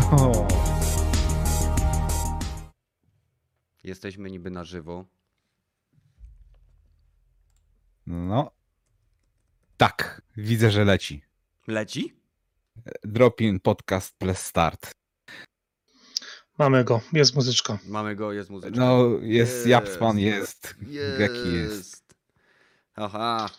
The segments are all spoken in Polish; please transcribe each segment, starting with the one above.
O, Jesteśmy niby na żywo. no, tak, widzę, że leci. Leci? Drop-in podcast plus start. Mamy go, jest muzyczka. Mamy go, jest muzyczka. No, jest Japsman, jest. Geki jest. Aha.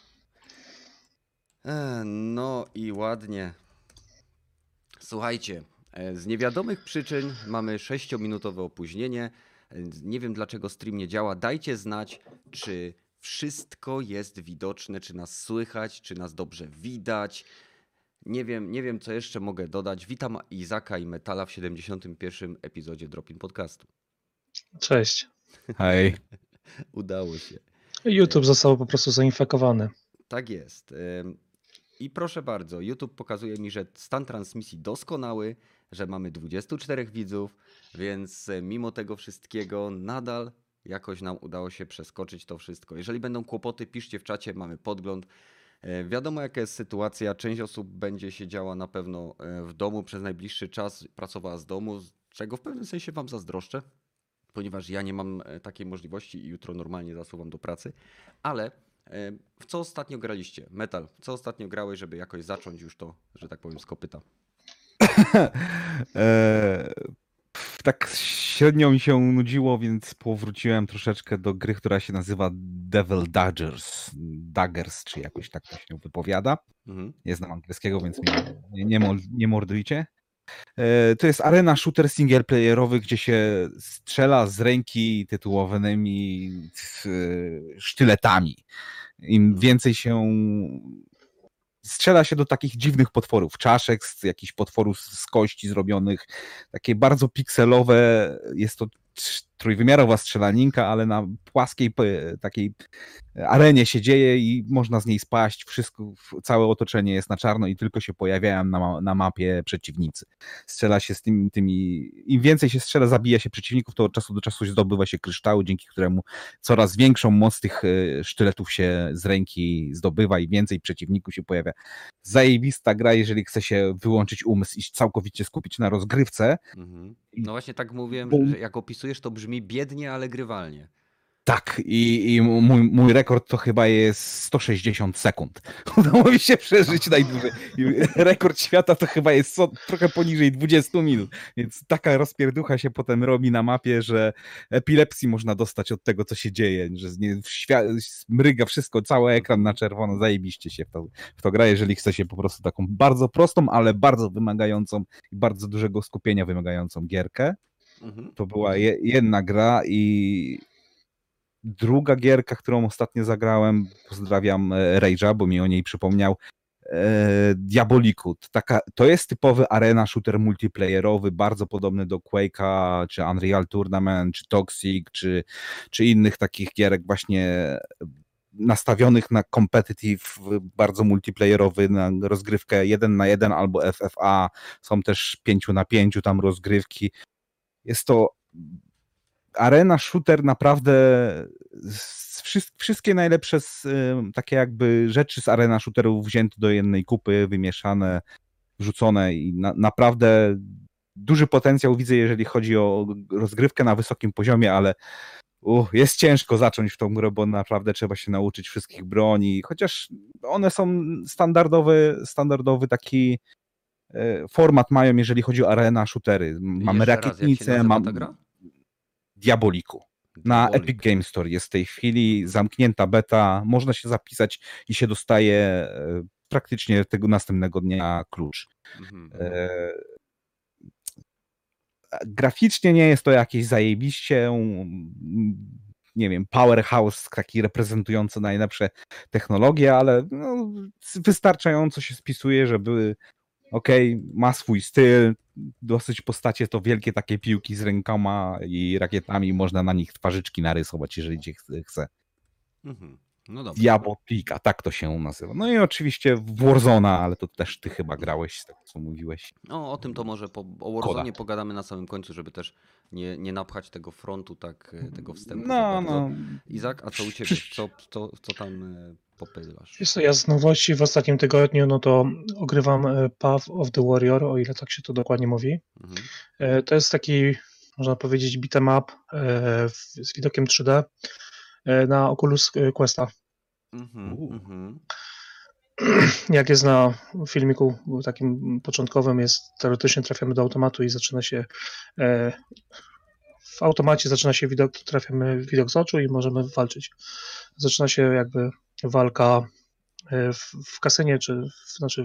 No i ładnie. Słuchajcie, z niewiadomych przyczyn mamy 6-minutowe opóźnienie. Nie wiem dlaczego stream nie działa. Dajcie znać, czy wszystko jest widoczne, czy nas słychać, czy nas dobrze widać. Nie wiem co jeszcze mogę dodać. Witam Izaka i Metala w 71. epizodzie Drop-in Podcastu. Cześć. Hej. Udało się. YouTube został po prostu zainfekowany. Tak jest. I proszę bardzo, YouTube pokazuje mi, że stan transmisji doskonały, że mamy 24 widzów, więc mimo tego wszystkiego nadal jakoś nam udało się przeskoczyć to wszystko. Jeżeli będą kłopoty, piszcie w czacie, mamy podgląd. Wiadomo jaka jest sytuacja, część osób będzie siedziała na pewno w domu przez najbliższy czas, pracowała z domu, czego w pewnym sensie wam zazdroszczę, ponieważ ja nie mam takiej możliwości i jutro normalnie zasuwam do pracy, ale w co ostatnio graliście? Metal, w co ostatnio grałeś, żeby jakoś zacząć już to, że tak powiem, z kopyta? Tak średnio mi się nudziło, więc powróciłem troszeczkę do gry, która się nazywa Devil Daggers, czy jakoś tak to się wypowiada. Mhm. Nie znam angielskiego, więc mnie nie mordujcie. To jest arena shooter singleplayerowy, gdzie się strzela z ręki tytułowanymi sztyletami. Im więcej się strzela się do takich dziwnych potworów, czaszek, z jakichś potworów z kości zrobionych, takie bardzo pikselowe, jest to trójwymiarowa strzelaninka, ale na płaskiej takiej arenie się dzieje i można z niej spaść, wszystko, całe otoczenie jest na czarno i tylko się pojawiają na mapie przeciwnicy. Strzela się z tymi, im więcej się strzela, zabija się przeciwników, to od czasu do czasu zdobywa się kryształy, dzięki któremu coraz większą moc tych sztyletów się z ręki zdobywa i więcej przeciwników się pojawia. Zajebista gra, jeżeli chce się wyłączyć umysł i całkowicie skupić na rozgrywce. Mhm. No właśnie tak mówiłem, że jak opisujesz to brzmi biednie, ale grywalnie. Tak, i mój rekord to chyba jest 160 sekund. Udało mi się przeżyć najdłużej. Rekord świata to chyba jest trochę poniżej 20 minut, więc taka rozpierducha się potem robi na mapie, że epilepsji można dostać od tego, co się dzieje, że mryga wszystko, cały ekran na czerwono, zajebiście się w to gra, jeżeli chce się po prostu taką bardzo prostą, ale bardzo wymagającą i bardzo dużego skupienia wymagającą gierkę. Mhm. To była jedna gra i druga gierka, którą ostatnio zagrałem, pozdrawiam Rage'a, bo mi o niej przypomniał, Diaboliku. To jest typowy arena shooter multiplayerowy, bardzo podobny do Quake'a, czy Unreal Tournament, czy Toxic, czy innych takich gierek właśnie nastawionych na competitive, bardzo multiplayerowy, na rozgrywkę 1 na 1 albo FFA. Są też 5 na 5 tam rozgrywki. Jest to arena shooter naprawdę wszystkie najlepsze takie jakby rzeczy z arena shooterów wzięte do jednej kupy, wymieszane, wrzucone i naprawdę duży potencjał widzę, jeżeli chodzi o rozgrywkę na wysokim poziomie, ale jest ciężko zacząć w tą grę, bo naprawdę trzeba się nauczyć wszystkich broni, chociaż one są standardowy taki format mają, jeżeli chodzi o arena shootery. Mamy rakietnicę, ta gra? Diaboliku. Na Epic Games Store jest w tej chwili zamknięta beta, można się zapisać i się dostaje praktycznie tego następnego dnia klucz. Graficznie nie jest to jakieś zajebiście, nie wiem, powerhouse taki reprezentujący najlepsze technologie, ale no, wystarczająco się spisuje, żeby ma swój styl, dosyć postacie to wielkie takie piłki z rękoma i rakietami, można na nich twarzyczki narysować, jeżeli się chce. No dobrze. Diabolika, tak to się nazywa. No i oczywiście Warzona, ale to też ty chyba grałeś z tego, co mówiłeś. No o tym to może o Warzone pogadamy na samym końcu, żeby też nie napchać tego frontu, tak, tego wstępu za bardzo. Izak, a co u ciebie? Co tam popylasz? Jest to ja z nowości w ostatnim tygodniu, no to ogrywam Path of the Warrior, o ile tak się to dokładnie mówi. Mhm. To jest taki, można powiedzieć, beat'em up z widokiem 3D na Oculus Questa. Mhm. Jak jest na filmiku takim początkowym, jest teoretycznie trafiamy do automatu i zaczyna się w automacie zaczyna się widok, trafiamy w widok z oczu i możemy walczyć. Zaczyna się jakby walka w kasynie, znaczy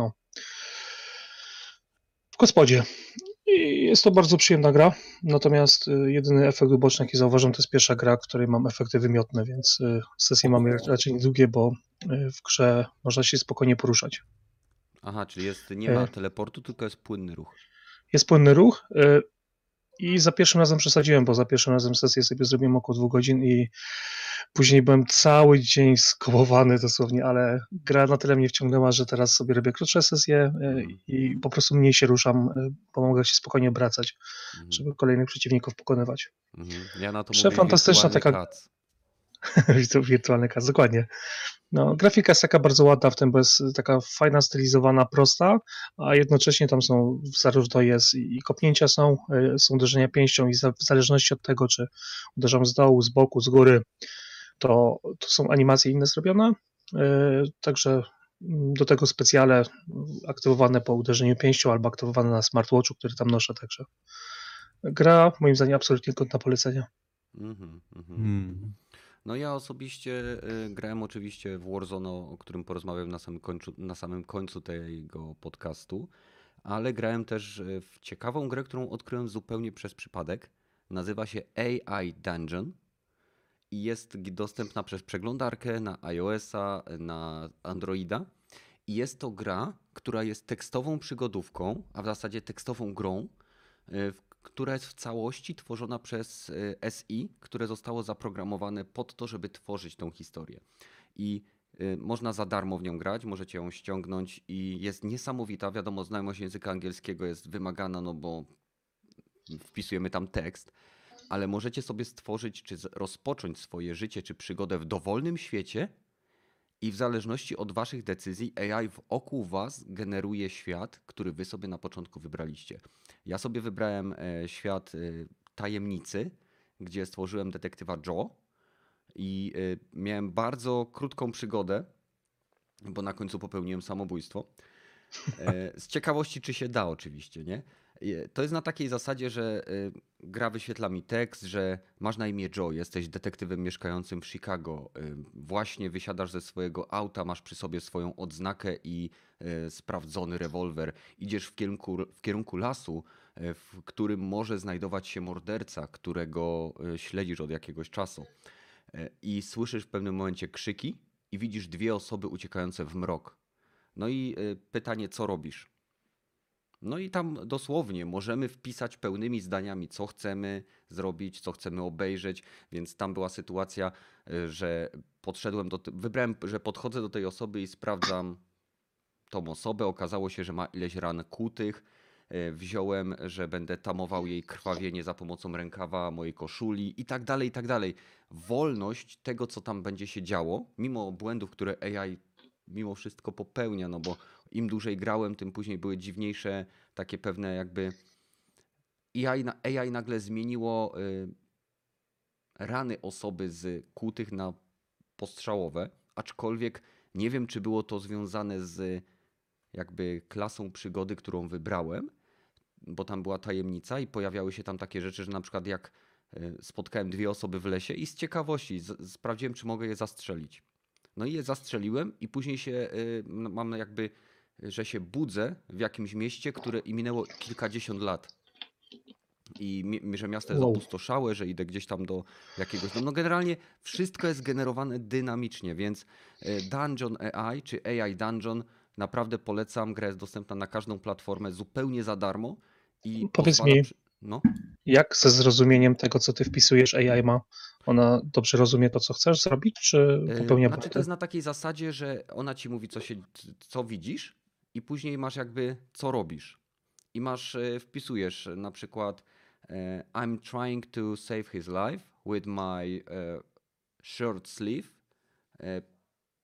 w gospodzie. I jest to bardzo przyjemna gra, natomiast jedyny efekt uboczny, jaki zauważam, to jest pierwsza gra, w której mam efekty wymiotne, więc sesje mamy raczej niedługie, bo w grze można się spokojnie poruszać. Aha, czyli nie ma teleportu, tylko jest płynny ruch. Jest płynny ruch i za pierwszym razem przesadziłem, bo za pierwszym razem sesję sobie zrobiłem około 2 godzin i później byłem cały dzień skołowany dosłownie, ale gra na tyle mnie wciągnęła, że teraz sobie robię krótsze sesje i po prostu mniej się ruszam, bo mogę się spokojnie obracać, żeby kolejnych przeciwników pokonywać. Ja na to mówię Fantastyczna wirtualny taka kac. wirtualny kas, dokładnie. No, grafika jest taka bardzo ładna w tym, bo jest taka fajna, stylizowana, prosta, a jednocześnie tam są, zarówno jest i kopnięcia są uderzenia pięścią i w zależności od tego, czy uderzam z dołu, z boku, z góry, to są animacje inne zrobione, także do tego specjale aktywowane po uderzeniu pięścią albo aktywowane na smartwatchu, który tam noszę, także gra moim zdaniem absolutnie godna polecenia. No ja osobiście grałem oczywiście w Warzone, o którym porozmawiam na samym końcu tego podcastu, ale grałem też w ciekawą grę, którą odkryłem zupełnie przez przypadek. Nazywa się AI Dungeon i jest dostępna przez przeglądarkę na iOS-a, na Androida. I jest to gra, która jest tekstową przygodówką, a w zasadzie tekstową grą, która jest w całości tworzona przez SI, które zostało zaprogramowane pod to, żeby tworzyć tą historię. I można za darmo w nią grać, możecie ją ściągnąć i jest niesamowita. Wiadomo, znajomość języka angielskiego jest wymagana, no bo wpisujemy tam tekst, ale możecie sobie stworzyć czy rozpocząć swoje życie czy przygodę w dowolnym świecie i w zależności od waszych decyzji AI wokół was generuje świat, który wy sobie na początku wybraliście. Ja sobie wybrałem świat tajemnicy, gdzie stworzyłem detektywa Joe i miałem bardzo krótką przygodę, bo na końcu popełniłem samobójstwo. Z ciekawości, czy się da oczywiście, nie? To jest na takiej zasadzie, że gra wyświetla mi tekst, że masz na imię Joe, jesteś detektywem mieszkającym w Chicago, właśnie wysiadasz ze swojego auta, masz przy sobie swoją odznakę i sprawdzony rewolwer, idziesz w kierunku lasu, w którym może znajdować się morderca, którego śledzisz od jakiegoś czasu. I słyszysz w pewnym momencie krzyki i widzisz 2 osoby uciekające w mrok. No i pytanie, co robisz? No i tam dosłownie możemy wpisać pełnymi zdaniami, co chcemy zrobić, co chcemy obejrzeć, więc tam była sytuacja, że wybrałem, że podchodzę do tej osoby i sprawdzam tą osobę. Okazało się, że ma ileś ran kłutych. Wziąłem, że będę tamował jej krwawienie za pomocą rękawa mojej koszuli i tak dalej, i tak dalej. Wolność tego, co tam będzie się działo, mimo błędów, które AI mimo wszystko popełnia, no bo im dłużej grałem, tym później były dziwniejsze takie pewne jakby AI nagle zmieniło rany osoby z kłutych na postrzałowe, aczkolwiek nie wiem, czy było to związane z jakby klasą przygody, którą wybrałem, bo tam była tajemnica i pojawiały się tam takie rzeczy, że na przykład jak spotkałem 2 osoby w lesie i z ciekawości sprawdziłem, czy mogę je zastrzelić. No i je zastrzeliłem i później się mam jakby, że się budzę w jakimś mieście, które i minęło kilkadziesiąt lat. I że miasto jest opustoszałe, że idę gdzieś tam do jakiegoś... No generalnie wszystko jest generowane dynamicznie, więc Dungeon AI czy AI Dungeon naprawdę polecam. Gra jest dostępna na każdą platformę zupełnie za darmo. I Powiedz mi, no. jak ze zrozumieniem tego, co ty wpisujesz, AI ma? Ona dobrze rozumie to, co chcesz zrobić, czy popełnia Znaczy to błędy? jest na takiej zasadzie, że ona ci mówi, co widzisz i później masz jakby, co robisz. I wpisujesz na przykład I'm trying to save his life with my short sleeve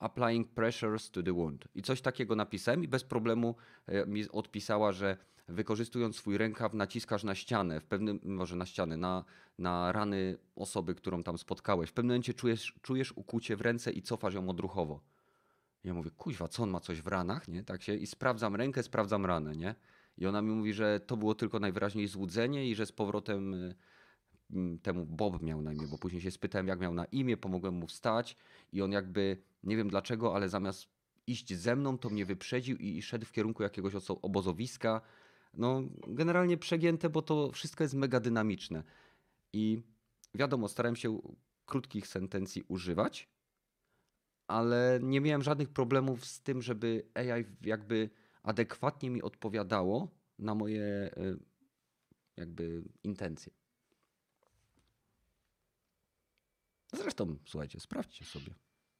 applying pressures to the wound. I coś takiego napisałem i bez problemu mi odpisała, że wykorzystując swój rękaw naciskasz na ścianę, może na ścianę, na rany osoby, którą tam spotkałeś. W pewnym momencie czujesz ukucie w ręce i cofasz ją odruchowo. Ja mówię, kuźwa, co on ma coś w ranach, nie? Tak się i sprawdzam rękę, sprawdzam ranę, nie? I ona mi mówi, że to było tylko najwyraźniej złudzenie i że z powrotem temu Bob miał na imię, bo później się spytałem, jak miał na imię, pomogłem mu wstać i on jakby, nie wiem dlaczego, ale zamiast iść ze mną, to mnie wyprzedził i szedł w kierunku jakiegoś obozowiska. No, generalnie przegięte, bo to wszystko jest mega dynamiczne. I wiadomo, starałem się krótkich sentencji używać, ale nie miałem żadnych problemów z tym, żeby AI jakby adekwatnie mi odpowiadało na moje jakby intencje. Zresztą, słuchajcie, sprawdźcie sobie.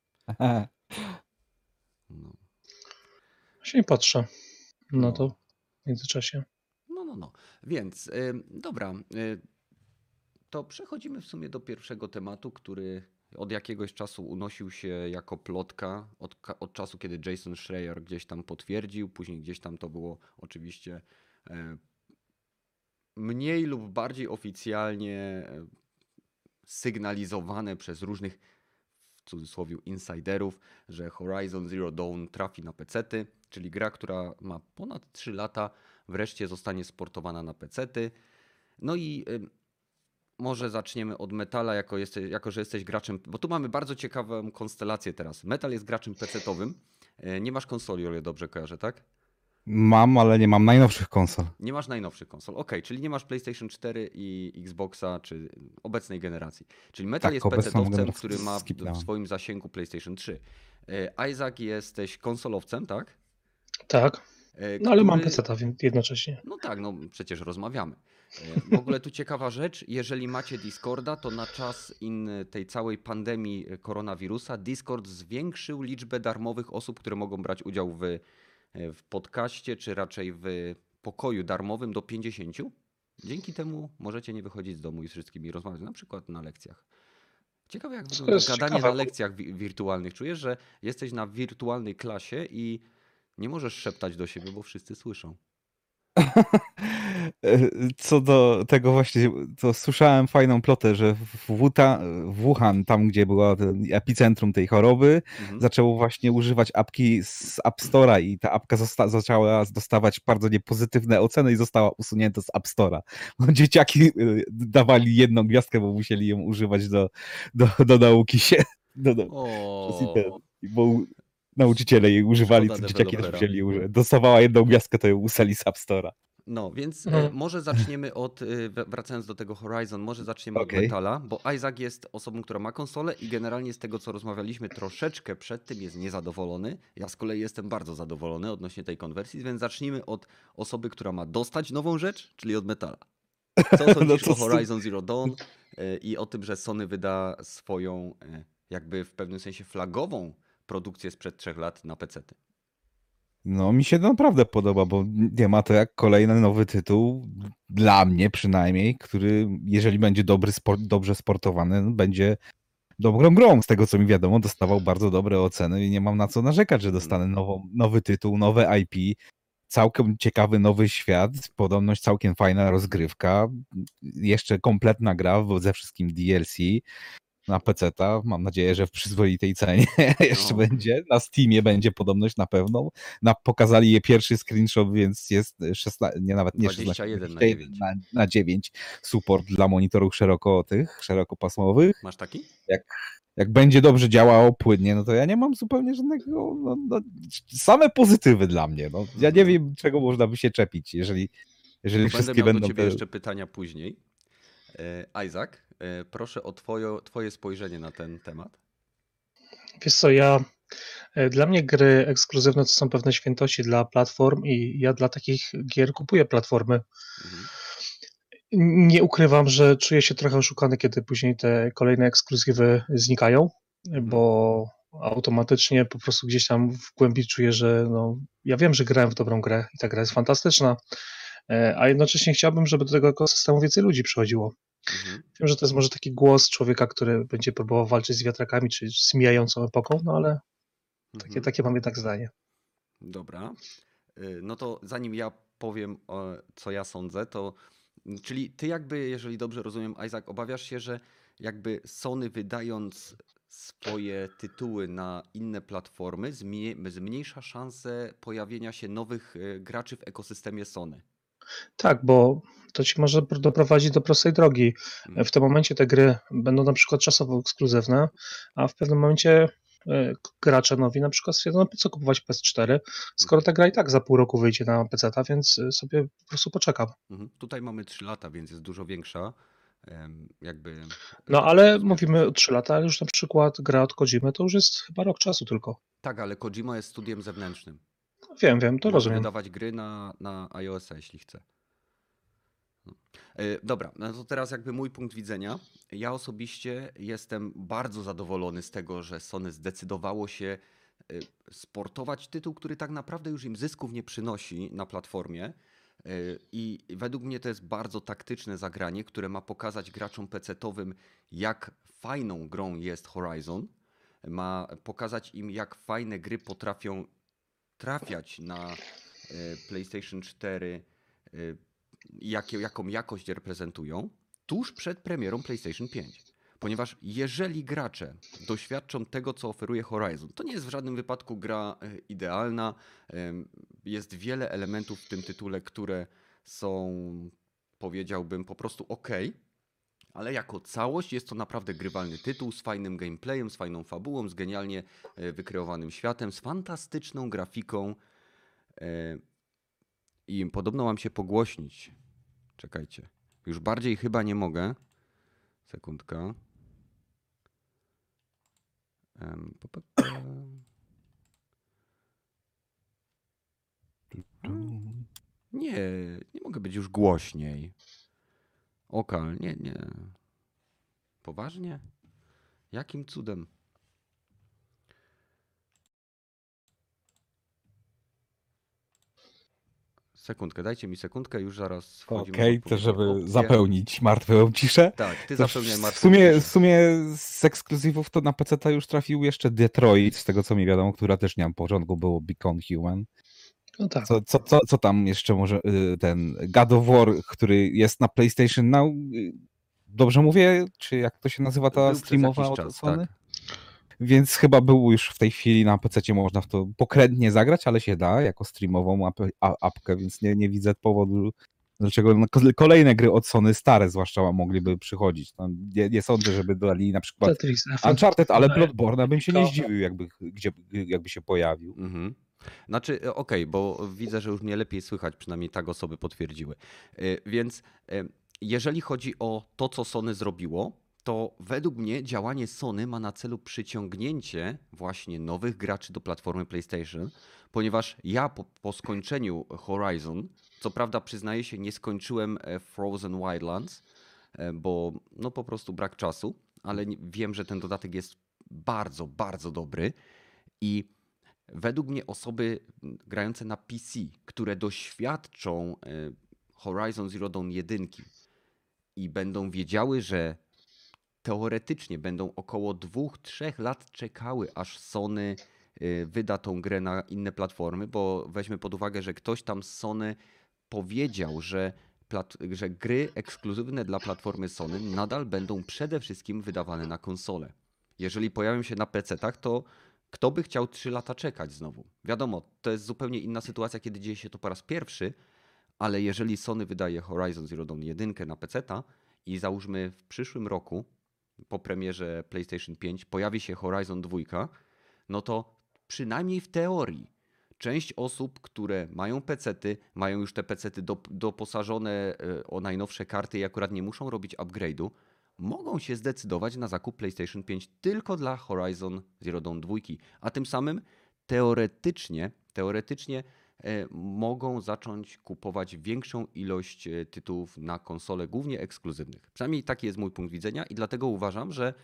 No. Się nie patrzę na No. to w międzyczasie. No. Więc, dobra, to przechodzimy w sumie do pierwszego tematu, który od jakiegoś czasu unosił się jako plotka, od czasu, kiedy Jason Schreier gdzieś tam potwierdził, później gdzieś tam to było oczywiście mniej lub bardziej oficjalnie sygnalizowane przez różnych, w cudzysłowie, insiderów, że Horizon Zero Dawn trafi na pecety, czyli gra, która ma ponad 3 lata, wreszcie zostanie sportowana na pecety. No i może zaczniemy od Metala, jako że jesteś graczem, bo tu mamy bardzo ciekawą konstelację teraz. Metal jest graczem pecetowym, nie masz konsoli, o ile dobrze kojarzę, tak? Mam, ale nie mam najnowszych konsol. Nie masz najnowszych konsol. Okej, czyli nie masz PlayStation 4 i Xboxa, czy obecnej generacji. Czyli Metal Tak, jest obecną pecetowcem, generację który ma w skipnąłem. swoim zasięgu PlayStation 3. Isaac, jesteś konsolowcem, tak? Tak, no ale mam Który- PC-ta jednocześnie. No tak, no przecież rozmawiamy. W ogóle tu ciekawa rzecz, jeżeli macie Discorda, to na czas tej całej pandemii koronawirusa Discord zwiększył liczbę darmowych osób, które mogą brać udział w podcaście, czy raczej w pokoju darmowym do 50. Dzięki temu możecie nie wychodzić z domu i z wszystkimi rozmawiać, na przykład na lekcjach. Ciekawe jak wygląda jest gadanie ciekawe, na bo- lekcjach wirtualnych. Czujesz, że jesteś na wirtualnej klasie i nie możesz szeptać do siebie, bo wszyscy słyszą. Co do tego właśnie, to słyszałem fajną plotę, że w Wuhan, tam gdzie była epicentrum tej choroby, Mhm. zaczęło właśnie używać apki z App Store'a i ta apka zaczęła dostawać bardzo niepozytywne oceny i została usunięta z App Store'a. Bo dzieciaki dawali 1 gwiazdkę, bo musieli ją używać do nauki się. O, Bo nauczyciele jej używali, Szkoda to dzieciaki też dewelopera. musieli używać. Dostawała 1 gwiazdkę, to ją usali z App Store'a. no więc Mhm. może zaczniemy wracając do tego Horizon, może zaczniemy od Okej. Metala, bo Isaac jest osobą, która ma konsolę i generalnie z tego, co rozmawialiśmy troszeczkę przed tym, jest niezadowolony. Ja z kolei jestem bardzo zadowolony odnośnie tej konwersji, więc zacznijmy od osoby, która ma dostać nową rzecz, czyli od Metala. Co sądzisz to o Horizon Zero Dawn i o tym, że Sony wyda swoją jakby w pewnym sensie flagową produkcję sprzed 3 lat na PC-ty? No, mi się to naprawdę podoba, bo nie ma to jak kolejny nowy tytuł, dla mnie przynajmniej, który, jeżeli będzie dobrze sportowany, no, będzie dobrą grą. Z tego, co mi wiadomo, dostawał bardzo dobre oceny i nie mam na co narzekać, że dostanę nowy tytuł, nowe IP, całkiem ciekawy nowy świat, podobność całkiem fajna rozgrywka, jeszcze kompletna gra ze wszystkim DLC. Na PC-ta. Mam nadzieję, że w przyzwoitej cenie jeszcze No. będzie. Na Steamie będzie podobność na pewno. Pokazali je pierwszy screenshot, więc jest 16, nawet nie 21 16, na 9. na 9 support dla monitorów szerokopasmowych. Masz taki? Jak będzie dobrze działało płynnie, no to ja nie mam zupełnie żadnego, same pozytywy dla mnie. No. Ja nie wiem, czego można by się czepić, jeżeli Będę wszystkie miał do będą ciebie jeszcze pytania później. Isaac, proszę o twoje spojrzenie na ten temat. Wiesz co, dla mnie gry ekskluzywne to są pewne świętości dla platform i ja dla takich gier kupuję platformy. Mhm. Nie ukrywam, że czuję się trochę oszukany, kiedy później te kolejne ekskluzywy znikają, bo automatycznie po prostu gdzieś tam w głębi czuję, że no, ja wiem, że grałem w dobrą grę i ta gra jest fantastyczna, a jednocześnie chciałbym, żeby do tego ekosystemu więcej ludzi przychodziło. Mhm. Wiem, że to jest może taki głos człowieka, który będzie próbował walczyć z wiatrakami, czy z mijającą epoką, no ale Mhm. Takie mam jednak zdanie. Dobra. No to zanim ja powiem, co ja sądzę, to czyli ty jakby, jeżeli dobrze rozumiem, Isaac, obawiasz się, że jakby Sony wydając swoje tytuły na inne platformy zmniejsza szansę pojawienia się nowych graczy w ekosystemie Sony. Tak, bo to ci może doprowadzić do prostej drogi. Mhm. W tym momencie te gry będą na przykład czasowo ekskluzywne, a w pewnym momencie gracze nowi na przykład stwierdzą, no po co kupować PS4, skoro ta gra i tak za pół roku wyjdzie na PC-ta, więc sobie po prostu poczekam. Mhm. Tutaj mamy 3 lata, więc jest dużo większa jakby No ale rozbieżność. mówimy o 3 lata, ale już na przykład gra od Kojimy to już jest chyba rok czasu tylko. Tak, ale Kojima jest studiem zewnętrznym. Wiem, to Może rozumiem. wydawać gry na iOS-a, jeśli chce. No. Dobra, no to teraz jakby mój punkt widzenia. Ja osobiście jestem bardzo zadowolony z tego, że Sony zdecydowało się sportować tytuł, który tak naprawdę już im zysków nie przynosi na platformie. I według mnie to jest bardzo taktyczne zagranie, które ma pokazać graczom PC-towym, jak fajną grą jest Horizon. Ma pokazać im, jak fajne gry potrafią trafiać na PlayStation 4, jaką jakość reprezentują, tuż przed premierą PlayStation 5. Ponieważ jeżeli gracze doświadczą tego, co oferuje Horizon, to nie jest w żadnym wypadku gra idealna. Jest wiele elementów w tym tytule, które są, powiedziałbym, po prostu ok, ale jako całość jest to naprawdę grywalny tytuł z fajnym gameplayem, z fajną fabułą, z genialnie wykreowanym światem, z fantastyczną grafiką. I podobno mam się pogłośnić. Czekajcie. Już bardziej chyba nie mogę. Sekundka. Pa, pa, pa. Nie, nie mogę być już głośniej. Okal, nie. Poważnie? Jakim cudem? Sekundkę, dajcie mi sekundkę, już zaraz wchodzimy w Okej, to odpowiednie żeby opcje. zapełnić martwą ciszę. Tak, ty To zapełniaj w martwą sumie, ciszę. w sumie z ekskluzywów to na PC już trafił jeszcze Detroit, z tego co mi wiadomo, która też nie mam porządku, było Beacon Human. No tak. Co tam jeszcze może ten God of War, który jest na PlayStation Now, dobrze mówię? Czy jak to się nazywa ta Był przez streamowa jakiś od czas, Sony? tak. Więc chyba był już w tej chwili na PC można w to pokrętnie zagrać, ale się da jako streamową apkę, więc nie widzę powodu, dlaczego kolejne gry od Sony stare zwłaszcza mogliby przychodzić. No, nie sądzę, żeby dodali na przykład Tetris Uncharted, ale dodaje Bloodborne bym się nie to- zdziwił, jakby się pojawił. Mhm. Znaczy, okej, bo widzę, że już mnie lepiej słychać, przynajmniej tak osoby potwierdziły. Więc jeżeli chodzi o to, co Sony zrobiło, to według mnie działanie Sony ma na celu przyciągnięcie właśnie nowych graczy do platformy PlayStation, ponieważ ja po skończeniu Horizon, co prawda przyznaję się, nie skończyłem Frozen Wildlands, bo no po prostu brak czasu, ale wiem, że ten dodatek jest bardzo, bardzo dobry i według mnie osoby grające na PC, które doświadczą Horizon Zero Dawn 1 i będą wiedziały, że teoretycznie będą około 2-3 lat czekały, aż Sony wyda tą grę na inne platformy, bo weźmy pod uwagę, że ktoś tam z Sony powiedział, że gry ekskluzywne dla platformy Sony nadal będą przede wszystkim wydawane na konsole. Jeżeli pojawią się na PC-tach, to kto by chciał 3 lata czekać znowu? Wiadomo, to jest zupełnie inna sytuacja, kiedy dzieje się to po raz pierwszy, ale jeżeli Sony wydaje Horizon Zero Dawn 1 na PC-ta i załóżmy w przyszłym roku, po premierze PlayStation 5, pojawi się Horizon 2, no to przynajmniej w teorii część osób, które mają PC-ty, mają już te PC-ty doposażone o najnowsze karty i akurat nie muszą robić upgrade'u, mogą się zdecydować na zakup PlayStation 5 tylko dla Horizon Zero Dawn 2, a tym samym teoretycznie mogą zacząć kupować większą ilość tytułów na konsole, głównie ekskluzywnych. Przynajmniej taki jest mój punkt widzenia i dlatego uważam, że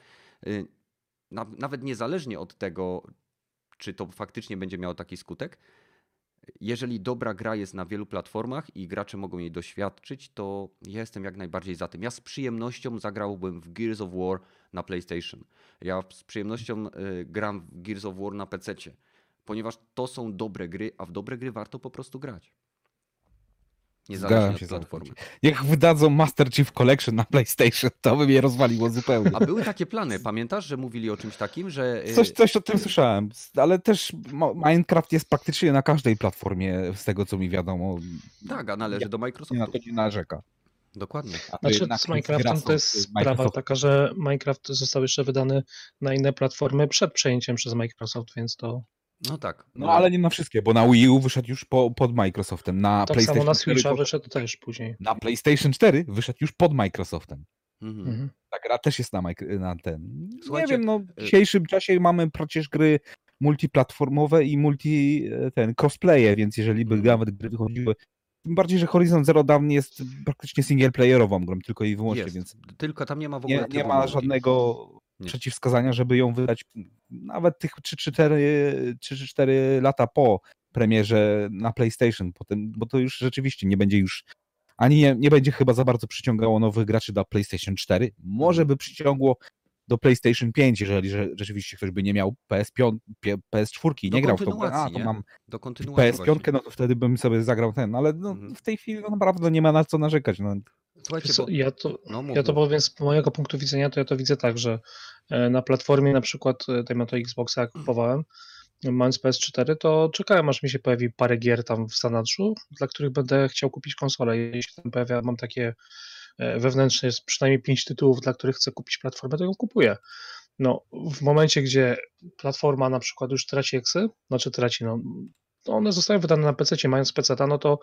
nawet niezależnie od tego, czy to faktycznie będzie miało taki skutek, jeżeli dobra gra jest na wielu platformach i gracze mogą jej doświadczyć, to ja jestem jak najbardziej za tym. Ja z przyjemnością zagrałbym w Gears of War na PlayStation. Ja z przyjemnością gram w Gears of War na PC-cie. ponieważ to są dobre gry, a w dobre gry warto po prostu grać. Zgadzam Niezależnie od się platformy. całkowicie. Jak wydadzą Master Chief Collection na PlayStation, to by mnie rozwaliło zupełnie. A były takie plany, pamiętasz, że mówili o czymś takim, że Coś o tym słyszałem, ale też Minecraft jest praktycznie na każdej platformie, z tego co mi wiadomo. tak, a należy do Nie na Microsoftu. to nie narzeka. Dokładnie. A to Znaczy jednak z Minecraftem gra to jest są sprawa Microsoft. taka, że Minecraft został jeszcze wydany na inne platformy przed przejęciem przez Microsoft, więc to No tak. No ale nie na wszystkie, bo na Wii U wyszedł już pod Microsoftem. Na tak samo PlayStation na 4 Switcha to- wyszedł też później. Na PlayStation 4 wyszedł już pod Microsoftem. Mhm. Mhm. Ta gra też jest na ten. Słuchajcie, Nie wiem, no w dzisiejszym czasie mamy przecież gry multiplatformowe i crossplaye, więc jeżeli by Mhm. nawet gry wychodziły. Tym bardziej, że Horizon Zero Dawn jest praktycznie singleplayerową grą, tylko i wyłącznie, Jest. więc Tylko tam nie ma w ogóle nie trybu ma multi. żadnego Nie. przeciwwskazania, żeby ją wydać nawet tych 3-4 lata po premierze na PlayStation, potem, bo to już rzeczywiście nie będzie już ani nie będzie chyba za bardzo przyciągało nowych graczy do PlayStation 4. Może by przyciągło do PlayStation 5, jeżeli rzeczywiście ktoś by nie miał PS4 i Do nie grał w tą grę. kontynuacji, To nie? mam Do kontynuacji PS5, właśnie. no to wtedy bym sobie zagrał ten, ale no, Mhm. w tej chwili no, naprawdę nie ma na co narzekać. No. Słuchajcie, Wiesz co, bo... No, mów, ja to mów. powiem z mojego punktu widzenia, to ja to widzę tak, że na platformie na przykład, dajmy to Xboxa jak kupowałem, mając PS4, to czekałem aż mi się pojawi parę gier tam w zanadrzu, dla których będę chciał kupić konsolę. Jeśli tam pojawia, mam takie wewnętrzne, jest przynajmniej 5 tytułów, dla których chcę kupić platformę, to ją kupuję. No, w momencie, gdzie platforma na przykład już traci eksy, znaczy traci, no, to one zostają wydane na PC, mając PC, no to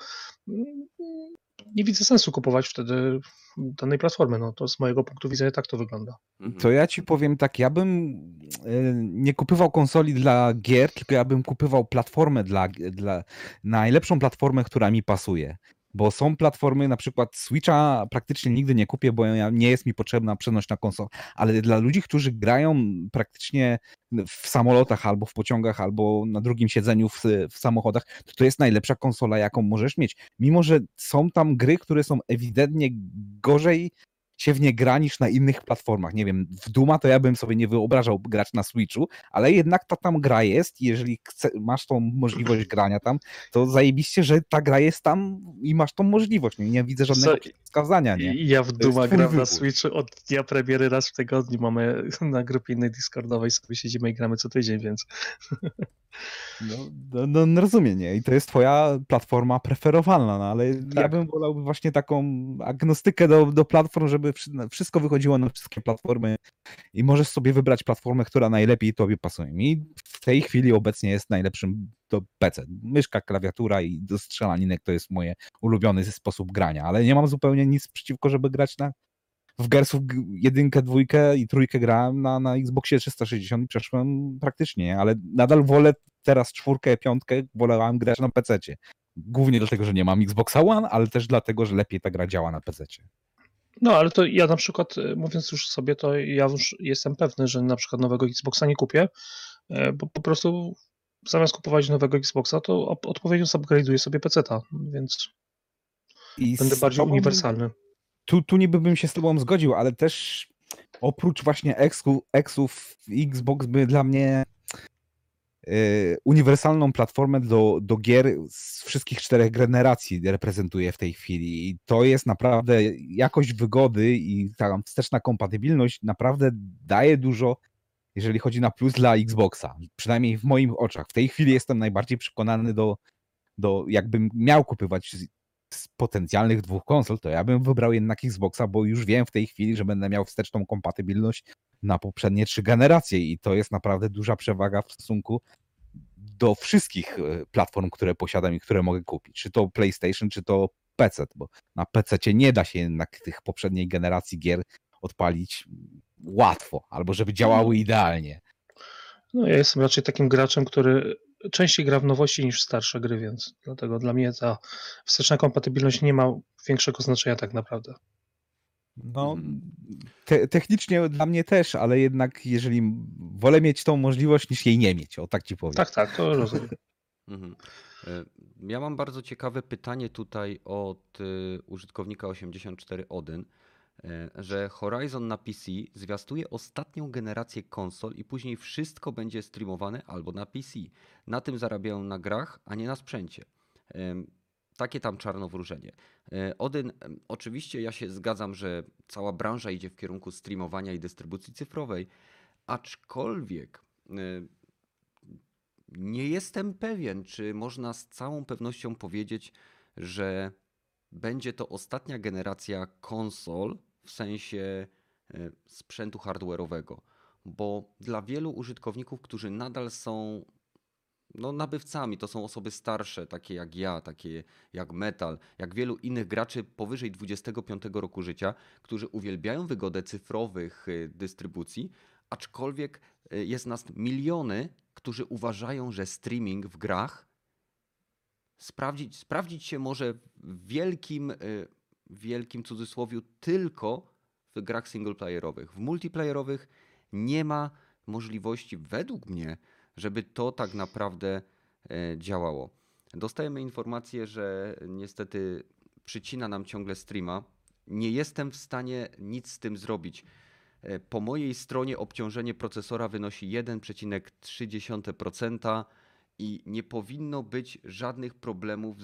nie widzę sensu kupować wtedy danej platformy. No, to z mojego punktu widzenia tak to wygląda. Mhm. To ja ci powiem tak, ja bym nie kupywał konsoli dla gier, tylko ja bym kupywał platformę dla najlepszą platformę, która mi pasuje. Bo są platformy, na przykład Switcha praktycznie nigdy nie kupię, bo nie jest mi potrzebna przenośna konsola, ale dla ludzi, którzy grają praktycznie w samolotach, albo w pociągach, albo na drugim siedzeniu w samochodach, to jest najlepsza konsola, jaką możesz mieć. Mimo że są tam gry, które są ewidentnie gorzej się w nie gra niż na innych platformach. Nie wiem, w Duma to ja bym sobie nie wyobrażał grać na Switchu, ale jednak ta tam gra jest i jeżeli masz tą możliwość grania tam, to zajebiście, że ta gra jest tam i masz tą możliwość. Nie widzę żadnego wskazania, nie? Ja w To jest Duma twój gram na wybór. Switchu od dnia premiery raz w tygodniu. Mamy na grupie innej Discordowej sobie siedzimy i gramy co tydzień, więc No, rozumiem, nie? I to jest twoja platforma preferowalna, no, ale ja Tak. bym wolał właśnie taką agnostykę do platform, żeby wszystko wychodziło na wszystkie platformy i możesz sobie wybrać platformę, która najlepiej tobie pasuje. Mi w tej chwili obecnie jest najlepszym to PC. Myszka, klawiatura i do strzelaninek to jest moje ulubiony sposób grania, ale nie mam zupełnie nic przeciwko, żeby grać w Gearsów 1, 2 i 3 grałem na Xboxie 360 i przeszłem praktycznie, nie? Ale nadal wolę teraz 4, 5, wolałem grać na PC-cie. Głównie dlatego, że nie mam Xboxa One, ale też dlatego, że lepiej ta gra działa na PC-cie. No, ale to ja na przykład, mówiąc już sobie, to ja już jestem pewny, że na przykład nowego Xboxa nie kupię, bo po prostu zamiast kupować nowego Xboxa, to odpowiednio upgrade'uję sobie PC-ta, więc I będę z bardziej tobą uniwersalny. Tu niby bym się z tobą zgodził, ale też oprócz właśnie Xów Xbox by dla mnie uniwersalną platformę do gier z wszystkich 4 generacji reprezentuje w tej chwili. I to jest naprawdę jakość wygody i ta wsteczna kompatybilność naprawdę daje dużo, jeżeli chodzi na plus dla Xboxa. Przynajmniej w moich oczach. W tej chwili jestem najbardziej przekonany jakbym miał kupywać z potencjalnych 2 konsol, to ja bym wybrał jednak Xboxa, bo już wiem w tej chwili, że będę miał wsteczną kompatybilność na poprzednie 3 generacje i to jest naprawdę duża przewaga w stosunku do wszystkich platform, które posiadam i które mogę kupić. Czy to PlayStation, czy to PC, bo na PC nie da się jednak tych poprzedniej generacji gier odpalić łatwo, albo żeby działały idealnie. No, ja jestem raczej takim graczem, który częściej gra w nowości niż w starsze gry, więc dlatego dla mnie ta wsteczna kompatybilność nie ma większego znaczenia tak naprawdę. No, technicznie dla mnie też, ale jednak jeżeli wolę mieć tą możliwość niż jej nie mieć, o tak ci powiem. Tak, to rozumiem. Mhm. Ja mam bardzo ciekawe pytanie tutaj od użytkownika 84 Odyn. że Horizon na PC zwiastuje ostatnią generację konsol i później wszystko będzie streamowane albo na PC. Na tym zarabiają na grach, a nie na sprzęcie. Takie tam czarnowróżenie. Odyn, oczywiście ja się zgadzam, że cała branża idzie w kierunku streamowania i dystrybucji cyfrowej, aczkolwiek nie jestem pewien, czy można z całą pewnością powiedzieć, że będzie to ostatnia generacja konsol w sensie sprzętu hardware'owego, bo dla wielu użytkowników, którzy nadal są nabywcami, to są osoby starsze, takie jak ja, takie jak Metal, jak wielu innych graczy powyżej 25 roku życia, którzy uwielbiają wygodę cyfrowych dystrybucji, aczkolwiek jest nas miliony, którzy uważają, że streaming w grach sprawdzić się może w wielkim cudzysłowiu tylko w grach singleplayerowych. W multiplayerowych nie ma możliwości, według mnie, żeby to tak naprawdę działało. Dostajemy informację, że niestety przycina nam ciągle streama. Nie jestem w stanie nic z tym zrobić. Po mojej stronie obciążenie procesora wynosi 1,3% i nie powinno być żadnych problemów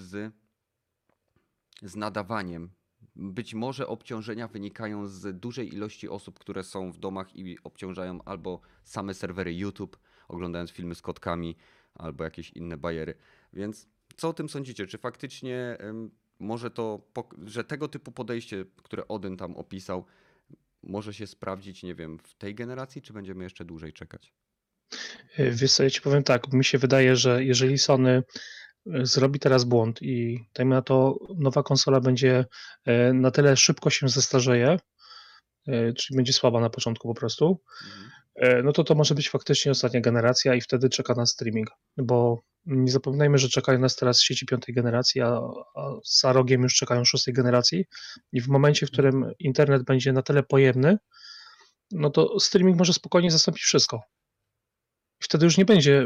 z nadawaniem. Być może obciążenia wynikają z dużej ilości osób, które są w domach i obciążają albo same serwery YouTube, oglądając filmy z kotkami, albo jakieś inne bajery. Więc co o tym sądzicie? Czy faktycznie może że tego typu podejście, które Odyn tam opisał, może się sprawdzić, nie wiem, w tej generacji, czy będziemy jeszcze dłużej czekać? Wiesz co, ja ci powiem tak, mi się wydaje, że jeżeli Sony zrobi teraz błąd i dajmy na to nowa konsola będzie na tyle szybko się zestarzeje, czyli będzie słaba na początku po prostu, no to może być faktycznie ostatnia generacja i wtedy czeka na streaming, bo nie zapominajmy, że czekają nas teraz sieci piątej generacji, a za rogiem już czekają szóstej generacji i w momencie, w którym internet będzie na tyle pojemny, no to streaming może spokojnie zastąpić wszystko. I wtedy już nie będzie